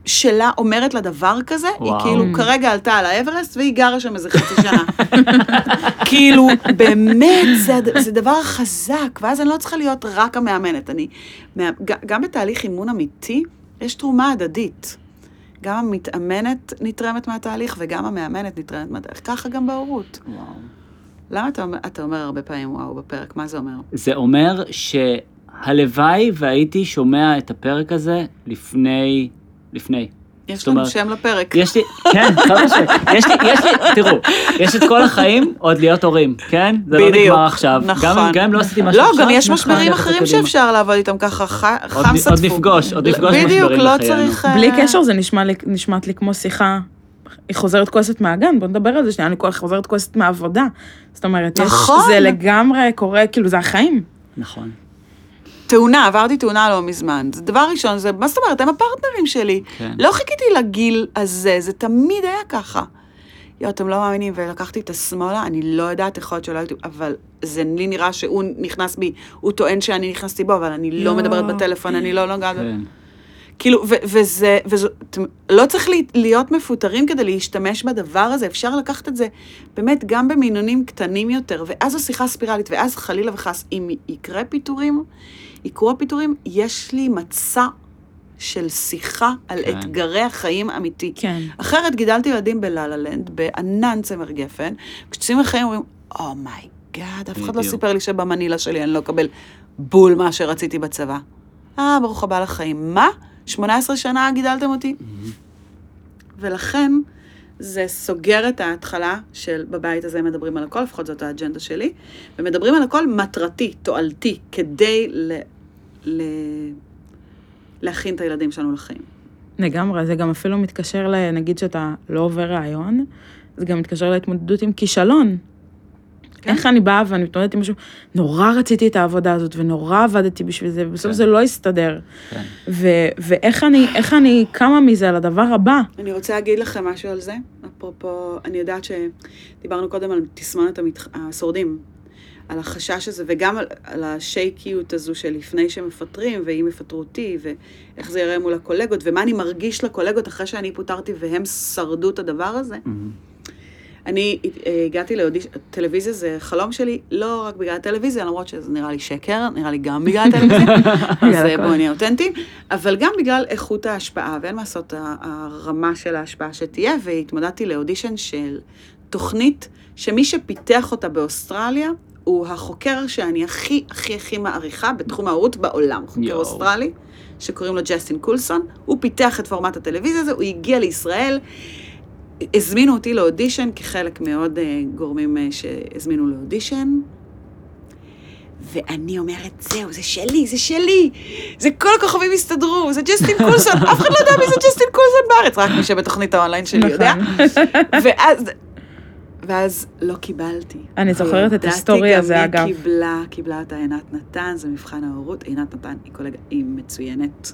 שלה אומרת לדבר כזה, היא כאילו כרגע עלתה על האברסט, והיא גרה שם איזה חצי שנה. כאילו, באמת, זה, זה דבר חזק, ואז אני לא צריכה להיות רק המאמנת. אני, גם בתהליך אימון אמיתי, יש תרומה הדדית. גם המתאמנת נתרמת מהתהליך, וגם המאמנת נתרמת מהתהליך. ככה גם בהורות. וואו. למה אתה, אתה אומר הרבה פעמים וואו בפרק? מה זה אומר? זה אומר שהלוואי והייתי שומע את הפרק הזה לפני, לפני. יש לנו שם לפרק. יש לי, כן, חד משמעית. יש לי, יש לי, תראו, יש את כל החיים עוד להיות הורים, כן? זה לא נגמר עכשיו. נכון. גם אם לא עשיתי משהו לא, עכשיו. גם יש משברים אחרים שאפשר לעבוד איתם ככה, חם סטפו. עוד נפגוש, עוד נפגוש משברים בדיוק, לא לחיינו. צריך... בלי קשר זה נשמעת לי כמו שיחה, היא חוזרת כועסת מהגן, בוא נדבר על זה שנייה, אני חוזרת כועסת מהעבודה. זאת אומרת, זה לגמרי קורה, כאילו זה החיים. נכון. תאונה, עברתי תאונה לא מזמן. זה דבר ראשון, זה, מה זאת אומרת, הם הפרטנרים שלי. כן. לא חיכיתי לגיל הזה, זה תמיד היה ככה. יו, אתם לא מאמינים, ולקחתי את השמאלה, אני לא יודעת יכול להיות שלא הייתי, אבל זה לי נראה שהוא נכנס בי, הוא טוען שאני נכנסתי בו, אבל אני לא מדברת בטלפון, אני לא נוגעת. כן. כאילו, ו- וזה, וזה, לא צריך להיות מפוטרים כדי להשתמש בדבר הזה, אפשר לקחת את זה באמת גם במינונים קטנים יותר, ואז השיחה ספירלית, ואז חלילה וחס, אם יקרה פיטורים, יקרו הפיטורים, יש לי מצע של שיחה על כן. אתגרי החיים אמיתי. כן. אחרת גידלתי ילדים בללה-לנד, בענן צמר גפן, כשצאים לחיים אומרים, אומי גאד, אף אחד לא סיפר לי שבמנילה שלי אני לא אקבל בול מה שרציתי בצבא. אה, ברוך הבא לחיים. מה? שמונה עשרה שנה גידלתם אותי? ולכן זה סוגר את ההתחלה של בבית הזה מדברים על הכל, לפחות זאת האג'נדה שלי, ומדברים על הכל מטרתי, תועלתי, כדי ל... ל... להכין את הילדים שלנו לחיים. לגמרי, זה גם אפילו מתקשר ל... נגיד שאתה לא עובר רעיון, זה גם מתקשר להתמודדות עם כישלון. כן. איך אני באה ואני מתמודדת עם משהו, נורא רציתי את העבודה הזאת, ונורא עבדתי בשביל זה, ובסוף כן. זה לא יסתדר. כן. ו- ואיך אני, איך אני קמה מזה על הדבר הבא? אני רוצה להגיד לכם משהו על זה. אפרופו, אני יודעת שדיברנו קודם על תסמונת המתח... השורדים, על החשש הזה, וגם על, על השייקיות הזו של לפני שמפטרים, ואם יפטרו אותי, ואיך זה יראה מול הקולגות, ומה אני מרגיש לקולגות אחרי שאני פוטרתי, והם שרדו את הדבר הזה. Mm-hmm. אני הגעתי לאודיש... טלוויזיה זה חלום שלי, לא רק בגלל הטלוויזיה, למרות שזה נראה לי שקר, נראה לי גם בגלל הטלוויזיה, אז בואו נהיה אותנטי, אבל גם בגלל איכות ההשפעה, ואין מה לעשות הרמה של ההשפעה שתהיה, והתמודדתי לאודישן של תוכנית, שמי שפיתח אותה באוסטרליה, הוא החוקר שאני הכי הכי הכי מעריכה בתחום ההורות בעולם, חוקר אוסטרלי, שקוראים לו ג'סטין קולסון, הוא פיתח את פורמט הטלוויזיה הזה, הוא הגיע לישראל, הזמינו אותי לאודישן, כחלק מאוד uh, גורמים uh, שהזמינו לאודישן, ואני אומרת, זהו, זה שלי, זה שלי, זה כל הכוכבים הסתדרו, זה ג'סטין קולסון, אף אחד לא יודע מי זה ג'סטין קולסון בארץ, רק מי שבתוכנית האונליין שלי יודע. ואז, ואז לא קיבלתי. אני זוכרת את ההיסטוריה הזה, אגב. דעתי גם היא קיבלה, קיבלה אותה עינת נתן, זה מבחן ההורות, עינת נתן היא קולגה, היא מצוינת.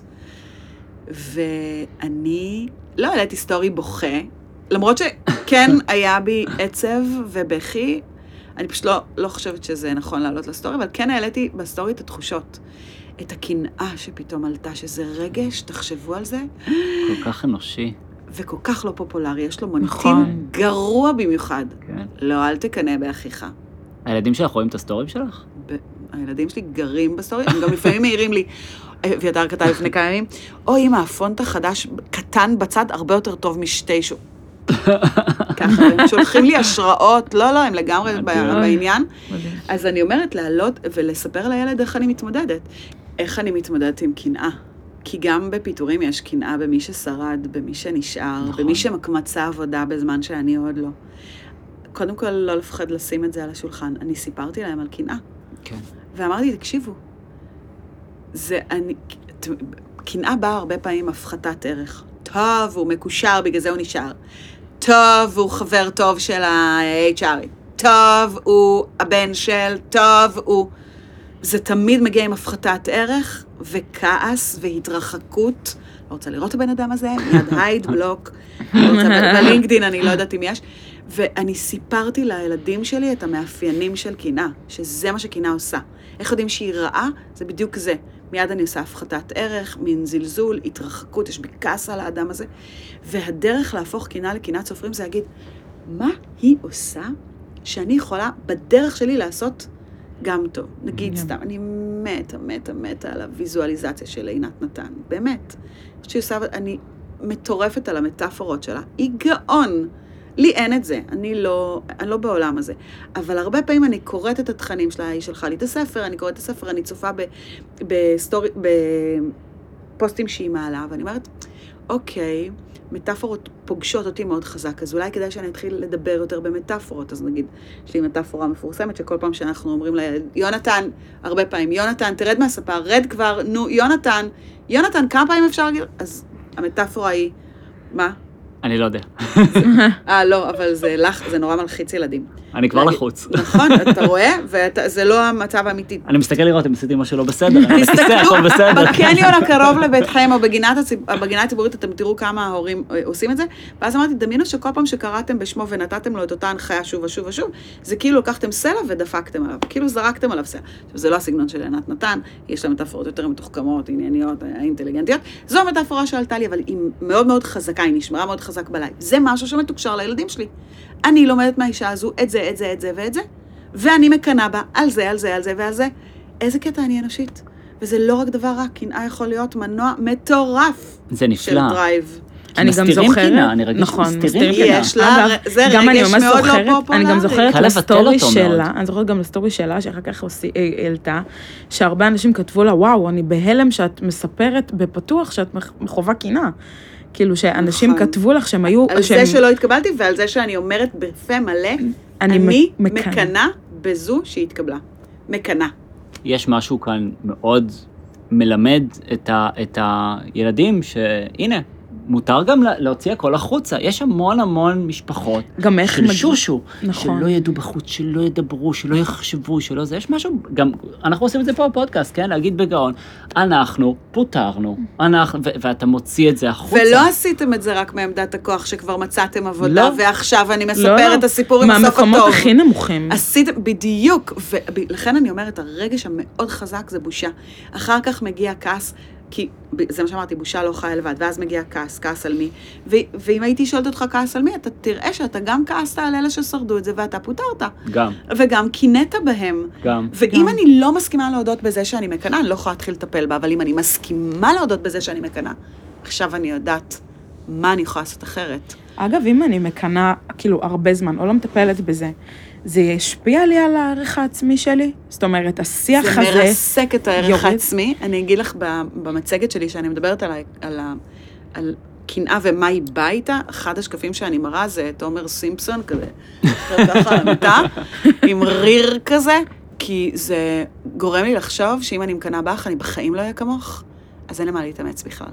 ואני לא העליתי סטורי בוכה, למרות שכן היה בי עצב ובכי, אני פשוט לא, לא חושבת שזה נכון לעלות לסטורי, אבל כן העליתי בסטורי את התחושות, את הקנאה שפתאום עלתה, שזה רגש, תחשבו על זה. כל כך אנושי. וכל כך לא פופולרי, יש לו מוניטין גרוע במיוחד. כן. לא, אל תקנא באחיך. הילדים שלך רואים את הסטורים שלך? ב- הילדים שלי גרים בסטורי, הם גם לפעמים מעירים לי, ויתר כתב לפני כמה ימים, או אם הפונט החדש קטן בצד הרבה יותר טוב משתי שוב. ככה, הם שולחים לי השראות, לא, לא, הם לגמרי בעניין. אז אני אומרת לעלות ולספר לילד איך אני מתמודדת. איך אני מתמודדת עם קנאה. כי גם בפיטורים יש קנאה במי ששרד, במי שנשאר, במי שמקמצה עבודה בזמן שאני עוד לא. קודם כל, לא לפחד לשים את זה על השולחן. אני סיפרתי להם על קנאה. כן. ואמרתי, תקשיבו, זה אני, קנאה באה הרבה פעמים הפחתת ערך. טוב, הוא מקושר, בגלל זה הוא נשאר. טוב, הוא חבר טוב של ה-אייץ' אר. טוב, הוא הבן של, טוב, הוא... זה תמיד מגיע עם הפחתת ערך וכעס והתרחקות. לא רוצה לראות את הבן אדם הזה, מיד הייד, בלוק, לא רוצה, בלינקדין, אני לא יודעת אם יש. ואני סיפרתי לילדים שלי את המאפיינים של קנאה, שזה מה שקנאה עושה. איך יודעים שהיא רעה? זה בדיוק זה. מיד אני עושה הפחתת ערך, מין זלזול, התרחקות, יש בי כעס על האדם הזה, והדרך להפוך קינה לקינת סופרים זה להגיד, מה היא עושה שאני יכולה בדרך שלי לעשות גם טוב. נגיד סתם, אני מתה, מתה, מתה על הוויזואליזציה של עינת נתן, באמת. שהיא עושה, אני מטורפת על המטאפורות שלה, היא גאון. לי אין את זה, אני לא, אני לא בעולם הזה. אבל הרבה פעמים אני קוראת את התכנים שלה, היא שלחה לי את הספר, אני קוראת את הספר, אני צופה ב, בסטורי, בפוסטים שהיא מעלה, ואני אומרת, אוקיי, מטאפורות פוגשות אותי מאוד חזק, אז אולי כדאי שאני אתחיל לדבר יותר במטאפורות, אז נגיד, יש לי מטאפורה מפורסמת, שכל פעם שאנחנו אומרים לה, יונתן, הרבה פעמים, יונתן, תרד מהספה, רד כבר, נו, יונתן, יונתן, כמה פעמים אפשר להגיד? אז המטאפורה היא, מה? אני לא יודע. אה, לא, אבל זה לך, זה נורא מלחיץ ילדים. אני כבר לחוץ. נכון, אתה רואה, וזה לא המצב האמיתי. אני מסתכל לראות, אם עשיתי משהו לא בסדר, אני בכיסא, הכל בסדר. בקניון הקרוב לביתכם, או בגינה הציבורית, אתם תראו כמה ההורים עושים את זה, ואז אמרתי, דמיינו שכל פעם שקראתם בשמו ונתתם לו את אותה הנחיה שוב ושוב ושוב, זה כאילו לקחתם סלע ודפקתם עליו, כאילו זרקתם עליו סלע. עכשיו, זה לא הסגנון של עינת נתן, יש לה מטאפורות יותר מתוחכמות, ענייניות, אינטליגנטיות. זו המטאפורה שעלתה לי, אבל היא מאוד מאוד חזקה, היא נשמרה מאוד חזק בלייב. זה משהו שמתוקשר לילדים שלי. אני לומדת מהאישה הזו את זה, את זה, את זה ואת זה, ואני מקנה בה על זה, על זה, על זה ועל זה. איזה קטע אני אנושית. וזה לא רק דבר רע, קנאה יכול להיות מנוע מטורף. זה נפלא. של דרייב. אני גם זוכרת, אני רגיש נכון, מסתירים מסתירים קנאה. יש לה, זה רגש מאוד לא פופולרי. אני גם זוכרת קל לבטל לסטורי אותו שלה, מאוד. אני זוכרת גם לסטורי שלה, שאחר כך העלתה, שהרבה אנשים כתבו לה, וואו, אני בהלם שאת מספרת בפתוח שאת מחובה קנאה. כאילו שאנשים נכון. כתבו לך שהם היו... על שהם... זה שלא התקבלתי, ועל זה שאני אומרת בפה מלא, אני אני מקנה. מקנה בזו שהתקבלה. מקנה. יש משהו כאן מאוד מלמד את, ה, את הילדים, שהנה, מותר גם להוציא הכל החוצה. יש המון המון משפחות גם איך של מגיע- שושו, נכון. שלא ידעו בחוץ, שלא ידברו, שלא יחשבו, שלא זה. יש משהו, גם אנחנו עושים את זה פה בפודקאסט, כן? להגיד בגאון, אנחנו פוטרנו, אנחנו, ו- ואתה מוציא את זה החוצה. ולא עשיתם את זה רק מעמדת הכוח שכבר מצאתם עבודה, לא. ועכשיו אני לא, מספרת לא. את הסיפור עם הסוף הטוב. מהמקומות הכי נמוכים. עשיתם, בדיוק, ולכן אני אומרת, הרגש המאוד חזק זה בושה. אחר כך מגיע כעס, כי זה מה שאמרתי, בושה לא חיה לבד, ואז מגיע כעס, כעס על מי. ו- ואם הייתי שואלת אותך כעס על מי, אתה תראה שאתה גם כעסת על אלה ששרדו את זה, ואתה פוטרת. גם, וגם קינאת בהם. גם. ואם גם. אני לא מסכימה להודות בזה שאני מקנה, אני לא יכולה להתחיל לטפל בה, אבל אם אני מסכימה להודות בזה שאני מקנה, עכשיו אני יודעת מה אני יכולה לעשות אחרת. אגב, אם אני מקנה, כאילו, הרבה זמן, או לא מטפלת בזה, זה ישפיע לי על הערך העצמי שלי? זאת אומרת, השיח זה הזה... מרסק את הערך יורד. העצמי. אני אגיד לך ב- במצגת שלי, שאני מדברת על, ה- על, ה- על קנאה ומה היא באה איתה, אחד השקפים שאני מראה זה תומר סימפסון כזה, ככה על המיטה, עם ריר כזה, כי זה גורם לי לחשוב שאם אני מקנאה בך, אני בחיים לא אהיה כמוך, אז אין למה להתאמץ בכלל.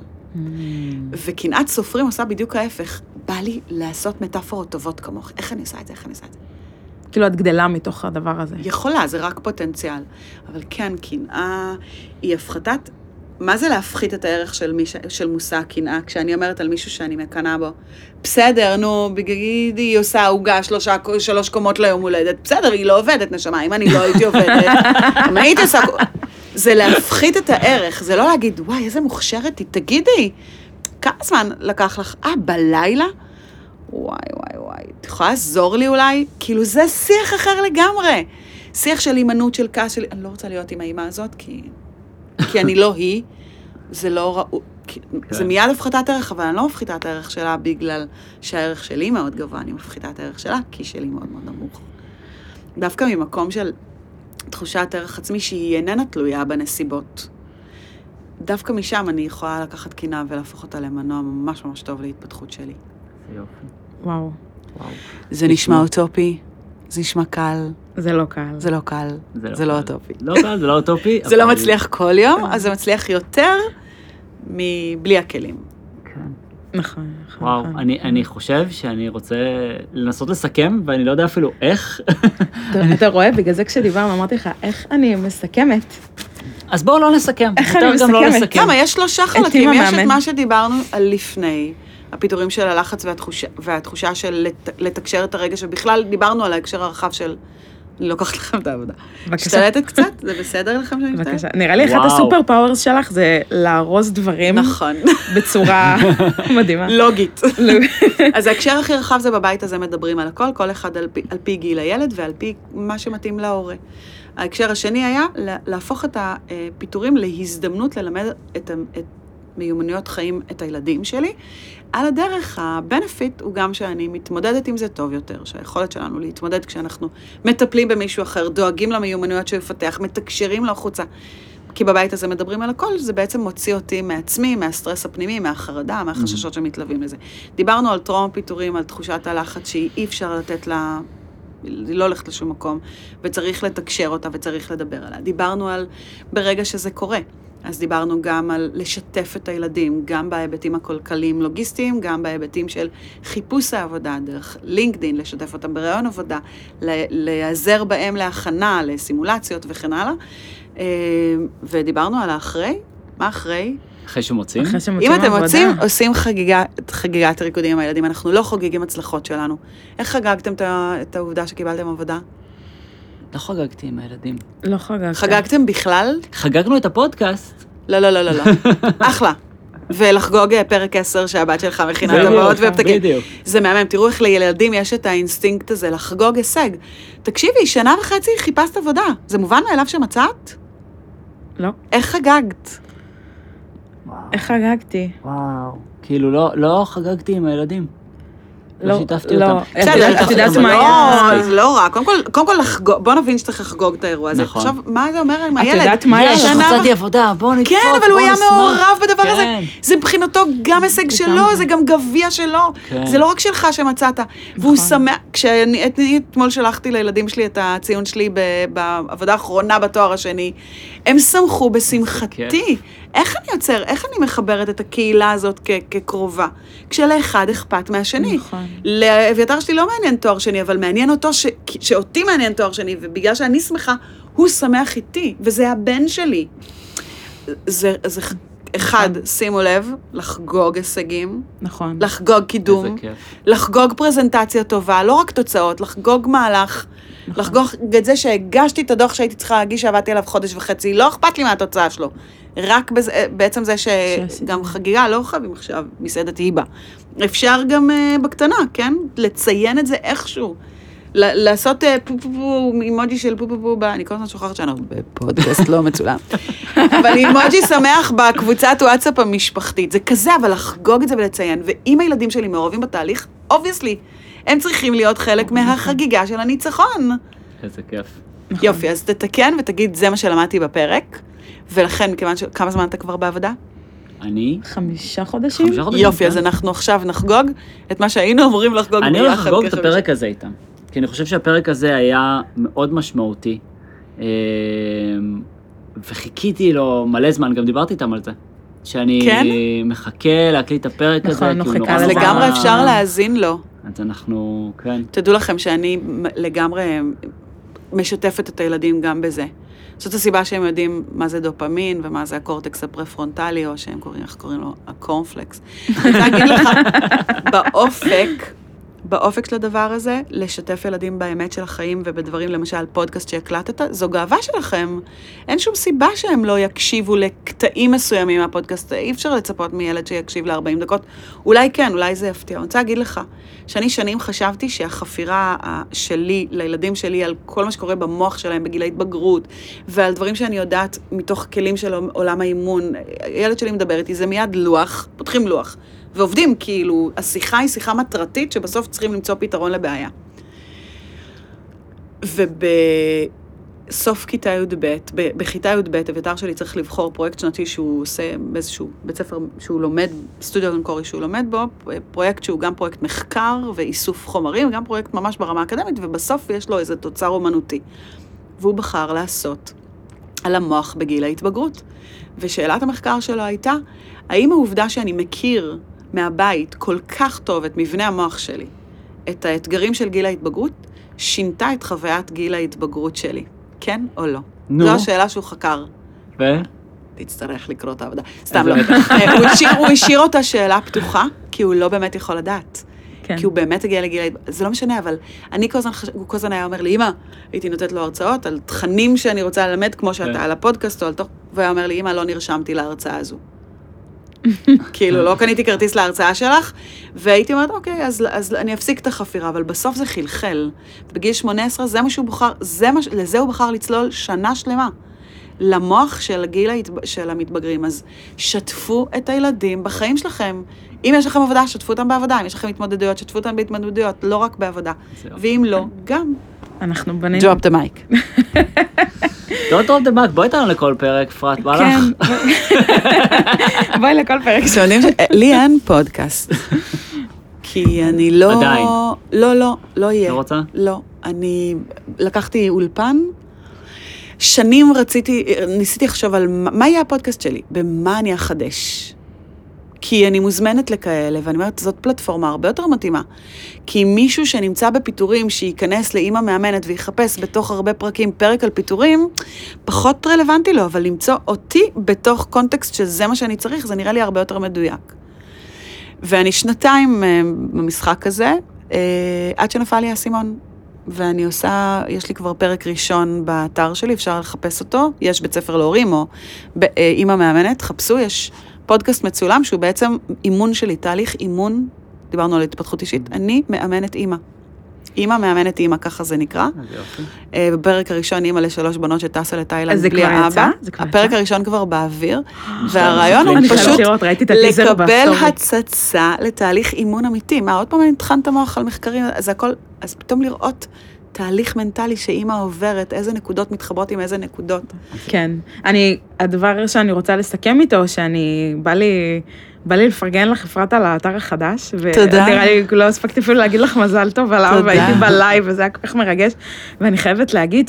וקנאת סופרים עושה בדיוק ההפך. בא לי לעשות מטאפורות טובות כמוך. איך אני עושה את זה? איך אני עושה את זה? כאילו, את גדלה מתוך הדבר הזה. יכולה, זה רק פוטנציאל. אבל כן, קנאה היא הפחתת... מה זה להפחית את הערך של, מיש... של מושא הקנאה, כשאני אומרת על מישהו שאני מקנאה בו? בסדר, נו, בגיד, היא עושה עוגה שלושה, שלוש קומות ליום הולדת. בסדר, היא לא עובדת, נשמה. אם אני לא הייתי עובדת, אם הייתי עושה... זה להפחית את הערך, זה לא להגיד, וואי, איזה מוכשרת היא, תגידי, כמה זמן לקח לך? אה, בלילה? וואי, וואי, וואי, את יכולה לעזור לי אולי? כאילו, זה שיח אחר לגמרי. שיח של אימנות, של כעס שלי. אני לא רוצה להיות עם האמא הזאת, כי, כי אני לא היא. זה לא ראו... זה מיד הפחתת ערך, אבל אני לא מפחיתה את הערך שלה בגלל שהערך שלי מאוד גבוה. אני מפחיתה את הערך שלה, כי שלי מאוד מאוד נמוך. דווקא ממקום של תחושת ערך עצמי שהיא איננה תלויה בנסיבות. דווקא משם אני יכולה לקחת קנאה ולהפוך אותה למנוע ממש ממש טוב להתפתחות שלי. יופי. וואו. וואו. זה נשמע אוטופי, זה נשמע קל, זה לא קל. זה לא קל, זה לא אוטופי. לא קל, זה לא אוטופי. זה לא אבל- מצליח כל יום, אז זה מצליח יותר מבלי הכלים. כן. נכון, נכון. וואו, נכון. אני, אני חושב שאני רוצה לנסות לסכם, ואני לא יודע אפילו איך. אתה- אתה רואה, בגלל זה כשדיברנו, אמרתי לך, איך אני מסכמת? אז בואו לא נסכם. איך אני יותר גם לא מסכמת? לסכם. למה? יש שלושה חלקים. אימה יש את מאמן. מה שדיברנו על לפני, הפיתורים של הלחץ והתחושה, והתחושה של לת, לתקשר את הרגש, ובכלל דיברנו על ההקשר הרחב של אני לוקחת לכם את העבודה. בבקשה. משתלטת קצת? זה בסדר לכם שאני משתלטת? בבקשה. נראה לי אחד וואו. הסופר פאוורס שלך זה לארוז דברים נכון. בצורה מדהימה. לוגית. אז ההקשר הכי רחב זה בבית הזה מדברים על הכל, כל אחד על פי, על פי גיל הילד ועל פי מה שמתאים להורה. ההקשר השני היה להפוך את הפיתורים להזדמנות ללמד את, את מיומנויות חיים את הילדים שלי. על הדרך, הבנפיט הוא גם שאני מתמודדת עם זה טוב יותר, שהיכולת שלנו להתמודד כשאנחנו מטפלים במישהו אחר, דואגים למיומנויות שהוא יפתח, מתקשרים לו החוצה. כי בבית הזה מדברים על הכל, זה בעצם מוציא אותי מעצמי, מהסטרס הפנימי, מהחרדה, מהחששות שמתלווים לזה. דיברנו על טראומה פיתורים, על תחושת הלחץ שהיא אי אפשר לתת לה, היא לא הולכת לשום מקום, וצריך לתקשר אותה וצריך לדבר עליה. דיברנו על ברגע שזה קורה. אז דיברנו גם על לשתף את הילדים, גם בהיבטים הכלכליים לוגיסטיים, גם בהיבטים של חיפוש העבודה, דרך לינקדין, לשתף אותם ברעיון עבודה, להיעזר בהם להכנה, לסימולציות וכן הלאה. ודיברנו על האחרי. מה אחרי? אחרי שמוצאים? אחרי שמוצאים אם אתם עבודה. מוצאים, עושים חגיגה, חגיגת ריקודים עם הילדים, אנחנו לא חוגגים הצלחות שלנו. איך חגגתם את ה- את העובדה שקיבלתם עבודה? לא חגגתי עם הילדים. לא חגגת. חגגתם בכלל? חגגנו את הפודקאסט. לא, לא, לא, לא, לא. אחלה. ולחגוג פרק עשר שהבת שלך מכינה בדיוק, טבעות ופתקים. בדיוק. זה מהמם, תראו איך לילדים יש את האינסטינקט הזה לחגוג הישג. תקשיבי, שנה וחצי חיפשת עבודה. זה מובן מאליו שמצאת? לא. איך חגגת? איך חגגתי? וואו. כאילו, לא, לא חגגתי עם הילדים. לא שיתפתי לא. אותם. בסדר, את יודעת מה לא, היה? זה לא רע. קודם כל, קודם כל לחגוג, בוא נבין שצריך לחגוג את האירוע הזה. נכון. עכשיו, מה זה אומר עם את הילד? יודעת מה היה? יש, שנה מצאתי עבודה, בוא נקפוץ, כן, אבל בוא הוא היה נשמח. מעורב בדבר הזה. כן. זה מבחינתו גם הישג שלו, זה גם גביע שלו. כן. זה לא רק שלך שמצאת. והוא שמח, כשאני אני אתמול שלחתי לילדים שלי את הציון שלי ב- בעבודה האחרונה בתואר השני, הם שמחו בשמחתי. איך אני יוצר, איך אני מחברת את הקהילה הזאת כ- כקרובה? כשלאחד אכפת מהשני. נכון. לאביתר שלי לא מעניין תואר שני, אבל מעניין אותו ש... שאותי מעניין תואר שני, ובגלל שאני שמחה, הוא שמח איתי, וזה הבן שלי. זה, זה אחד, שימו לב, לחגוג הישגים, נכון. לחגוג קידום, איזה כיף. לחגוג פרזנטציה טובה, לא רק תוצאות, לחגוג מהלך, נכון. לחגוג את זה שהגשתי את הדוח שהייתי צריכה להגיש, שעבדתי עליו חודש וחצי, לא אכפת לי מהתוצאה שלו. רק בזה, בעצם זה שגם חגיגה, לא חייבים עכשיו מסעדת היבה. אפשר גם uh, בקטנה, כן? לציין את זה איכשהו. ל- לעשות uh, פו פו פו, אימוג'י של פו פו פו, ב- אני כל הזמן שוכחת שאנחנו בפודקאסט לא מצולם. אבל אימוג'י שמח בקבוצת וואטסאפ המשפחתית. זה כזה, אבל לחגוג את זה ולציין. ואם הילדים שלי מעורבים בתהליך, obviously, הם צריכים להיות חלק מהחגיגה של הניצחון. איזה כיף. יופי, אז תתקן ותגיד, זה מה שלמדתי בפרק. ולכן, מכיוון ש... כמה זמן אתה כבר בעבודה? אני? חמישה חודשים? חמישה חודשים. יופי, אז אנחנו עכשיו נחגוג את מה שהיינו אמורים לחגוג ביחד. אני הולך לחגוג את כחמישה. הפרק הזה איתם. כי אני חושב שהפרק הזה היה מאוד משמעותי. אה, וחיכיתי לו מלא זמן, גם דיברתי איתם על זה. שאני כן? מחכה להקליט את הפרק נכון, הזה. כי הוא הוא נורא חיכה אז לזה. לגמרי אפשר להאזין לו. אז אנחנו, כן. תדעו לכם שאני לגמרי משתפת את הילדים גם בזה. זאת הסיבה שהם יודעים מה זה דופמין, ומה זה הקורטקס הפרפרונטלי, או שהם קוראים, איך קוראים לו? הקורנפלקס. אני רוצה להגיד לך, באופק, באופק של הדבר הזה, לשתף ילדים באמת של החיים, ובדברים, למשל, פודקאסט שהקלטת, זו גאווה שלכם. אין שום סיבה שהם לא יקשיבו לקטעים מסוימים מהפודקאסט. אי אפשר לצפות מילד שיקשיב ל-ארבעים דקות. אולי כן, אולי זה יפתיע. אני רוצה להגיד לך, שאני שנים חשבתי שהחפירה שלי, לילדים שלי, על כל מה שקורה במוח שלהם בגיל ההתבגרות, ועל דברים שאני יודעת מתוך כלים של עולם האימון, הילד שלי מדבר איתי, זה מיד לוח, פותחים לוח, ועובדים כאילו, השיחה היא שיחה מטרתית, שבסוף צריכים למצוא פתרון לבעיה. ובסוף כיתה י"ב, בכיתה י"ב, אביתר שלי צריך לבחור פרויקט שנתי שהוא עושה באיזשהו בית ספר שהוא לומד, סטודיו אנקורי שהוא לומד בו, פרויקט שהוא גם פרויקט מחקר ואיסוף חומרים, גם פרויקט ממש ברמה האקדמית, ובסוף יש לו איזה תוצר אומנותי. והוא בחר לעשות על המוח בגיל ההתבגרות. ושאלת המחקר שלו הייתה, האם העובדה שאני מכיר מהבית כל כך טוב את מבנה המוח שלי, את האתגרים של גיל ההתבגרות, שינתה את חוויית גיל ההתבגרות שלי. כן או לא? נו. זו השאלה שהוא חקר. ו? תצטרך לקרוא את העבודה. סתם לא. הוא השאיר, הוא השאיר אותה שאלה פתוחה, כי הוא לא באמת יכול לדעת. כן. כי הוא באמת הגיע לגיל, זה לא משנה, אבל אני כל הזמן, הוא כל הזמן היה אומר לי, אמא, הייתי נותנת לו הרצאות על תכנים שאני רוצה ללמד, כמו שאתה על הפודקאסט או על תוך, והוא אומר לי, אמא, לא נרשמתי להרצאה הזו. כאילו, לא קניתי כרטיס להרצאה שלך, והייתי אומרת, אוקיי, אז, אז אני אפסיק את החפירה, אבל בסוף זה חלחל. בגיל שמונה עשרה, זה מה שהוא בחר, זה מה, לזה הוא בחר לצלול שנה שלמה. למוח של הגיל של המתבגרים. אז שתפו את הילדים בחיים שלכם. אם יש לכם עבודה, שתפו אותם בעבודה. אם יש לכם התמודדויות, שתפו אותם בהתמודדויות, לא רק בעבודה. ואם לא, גם. אנחנו בנינו. drop the mic. don't drop the mic, בואי איתנו לכל פרק, פרט, בא לך. בואי לכל פרק. שואלים ש... לי אין פודקאסט. כי אני לא... עדיין. לא, לא, לא יהיה. לא רוצה? לא. אני לקחתי אולפן, שנים רציתי, ניסיתי לחשוב על מה יהיה הפודקאסט שלי, במה אני אחדש. כי אני מוזמנת לכאלה, ואני אומרת, זאת פלטפורמה הרבה יותר מתאימה. כי מישהו שנמצא בפיתורים, שייכנס לאמא מאמנת ויחפש בתוך הרבה פרקים פרק על פיתורים, פחות רלוונטי לו, אבל למצוא אותי בתוך קונטקסט שזה מה שאני צריך, זה נראה לי הרבה יותר מדויק. ואני שנתיים במשחק הזה, עד שנפל לי הסימון. ואני עושה, יש לי כבר פרק ראשון באתר שלי, אפשר לחפש אותו, יש בית ספר להורים או אמא מאמנת, חפשו, יש פודקאסט מצולם שהוא בעצם אימון שלי, תהליך אימון, דיברנו על התפתחות אישית, אני מאמנת אמא. אמא מאמנת אמא, ככה זה נקרא. בפרק הראשון, אמא לשלוש בנות שטסה לתאילנד בלי האבא. הפרק הראשון כבר באוויר, והרעיון הוא פשוט לקבל הצצה לתהליך אימון אמיתי. מה, עוד פעם אני נטחן את המוח על מחקרים, אז הכל, אז פתאום לראות תהליך מנטלי שאמא עוברת, איזה נקודות מתחברות עם איזה נקודות. כן. אני, הדבר שאני רוצה לסכם איתו, שאני, בא לי... בא לי לפרגן לך, אפרת, על האתר החדש. תודה. ונראה לי, לא הספקתי אפילו להגיד לך מזל טוב עליו, והייתי בלייב, וזה היה כל כך מרגש. ואני חייבת להגיד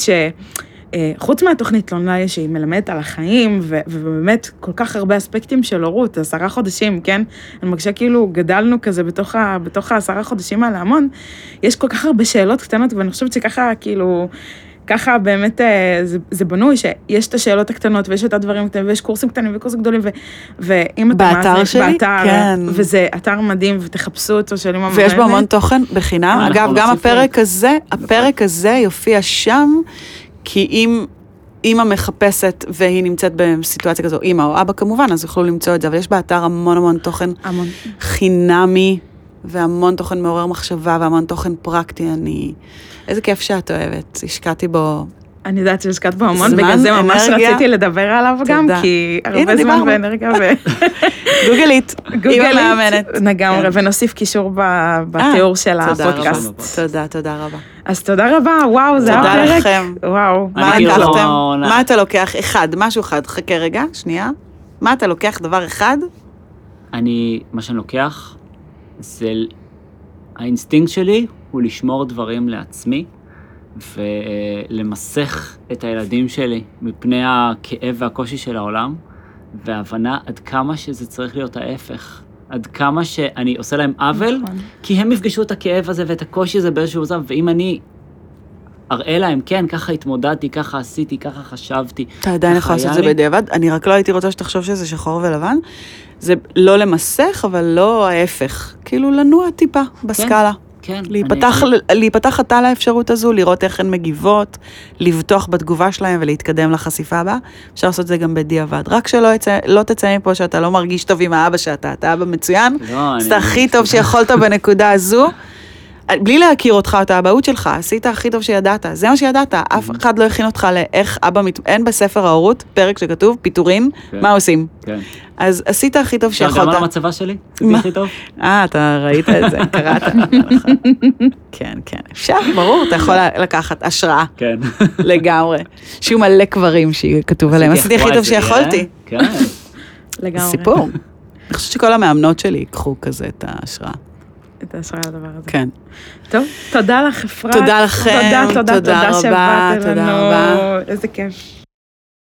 שחוץ מהתוכנית לונליין, שהיא מלמדת על החיים, ובאמת כל כך הרבה אספקטים של הורות, עשרה חודשים, כן? אני מרגישה כאילו גדלנו כזה בתוך, ה, בתוך העשרה חודשים האלה המון. יש כל כך הרבה שאלות קטנות, ואני חושבת שככה, כאילו... ככה באמת זה, זה בנוי, שיש את השאלות הקטנות, ויש את הדברים הקטנים, ויש קורסים קטנים וקורסים גדולים, ו, ואם אתה באתר שלי, באתר, כן. וזה אתר מדהים, ותחפשו אותו של אמא ויש בו המון תוכן בחינם. אגב, גם הפרק הזה, הפרק הזה יופיע שם, כי אם אמא מחפשת, והיא נמצאת בסיטואציה כזו, אמא או אבא כמובן, אז יוכלו למצוא את זה, אבל יש באתר המון המון תוכן המון. חינמי, והמון תוכן מעורר מחשבה, והמון תוכן פרקטי. אני... איזה כיף שאת אוהבת, השקעתי בו. אני יודעת שהשקעת בו המון, בגלל זה ממש רציתי לדבר עליו גם, כי הרבה זמן ואנרגיה ו... גוגלית, אמא מאמנת. לגמרי, ונוסיף קישור בתיאור של הפודקאסט. תודה, תודה רבה. אז תודה רבה, וואו, זה היה פרק. תודה לכם. וואו. מה אתה לוקח? אחד, משהו אחד, חכה רגע, שנייה. מה אתה לוקח? דבר אחד? אני, מה שאני לוקח, זה... האינסטינקט שלי הוא לשמור דברים לעצמי, ולמסך את הילדים שלי מפני הכאב והקושי של העולם, והבנה עד כמה שזה צריך להיות ההפך. עד כמה שאני עושה להם עוול, כי הם יפגשו את הכאב הזה ואת הקושי הזה באיזשהו מצב, ואם אני אראה להם, כן, ככה התמודדתי, ככה עשיתי, ככה חשבתי. אתה עדיין יכול לעשות את זה בדיעבד, אני רק לא הייתי רוצה שתחשוב שזה שחור ולבן, זה לא למסך, אבל לא ההפך. כאילו לנוע טיפה בסקאלה. כן. להיפתח, אני... להיפתח אתה לאפשרות הזו, לראות איך הן מגיבות, לבטוח בתגובה שלהם ולהתקדם לחשיפה הבאה. אפשר לעשות את זה גם בדיעבד. רק שלא יצא, לא תצא מפה שאתה לא מרגיש טוב עם האבא שאתה, אתה אבא מצוין. לא, זה אני... הכי טוב שיכולת בנקודה הזו. בלי להכיר אותך, את האבהות שלך, עשית הכי טוב שידעת, זה מה שידעת, אף אחד לא הכין אותך לאיך אבא, אין בספר ההורות, פרק שכתוב, פיתורין, מה עושים? אז עשית הכי טוב שיכולת. גם על המצבה שלי, עשיתי הכי טוב. אה, אתה ראית את זה, קראת. כן, כן, אפשר, ברור, אתה יכול לקחת השראה. כן. לגמרי. שיהיו מלא קברים שכתוב עליהם, עשיתי הכי טוב שיכולתי. כן. לגמרי. סיפור. אני חושבת שכל המאמנות שלי ייקחו כזה את ההשראה. את ההשראה לדבר הזה. כן. טוב, תודה לך, אפרת. תודה לכם. תודה, תודה, תודה תודה רבה, שבאת לנו. תודה רבה. איזה כיף.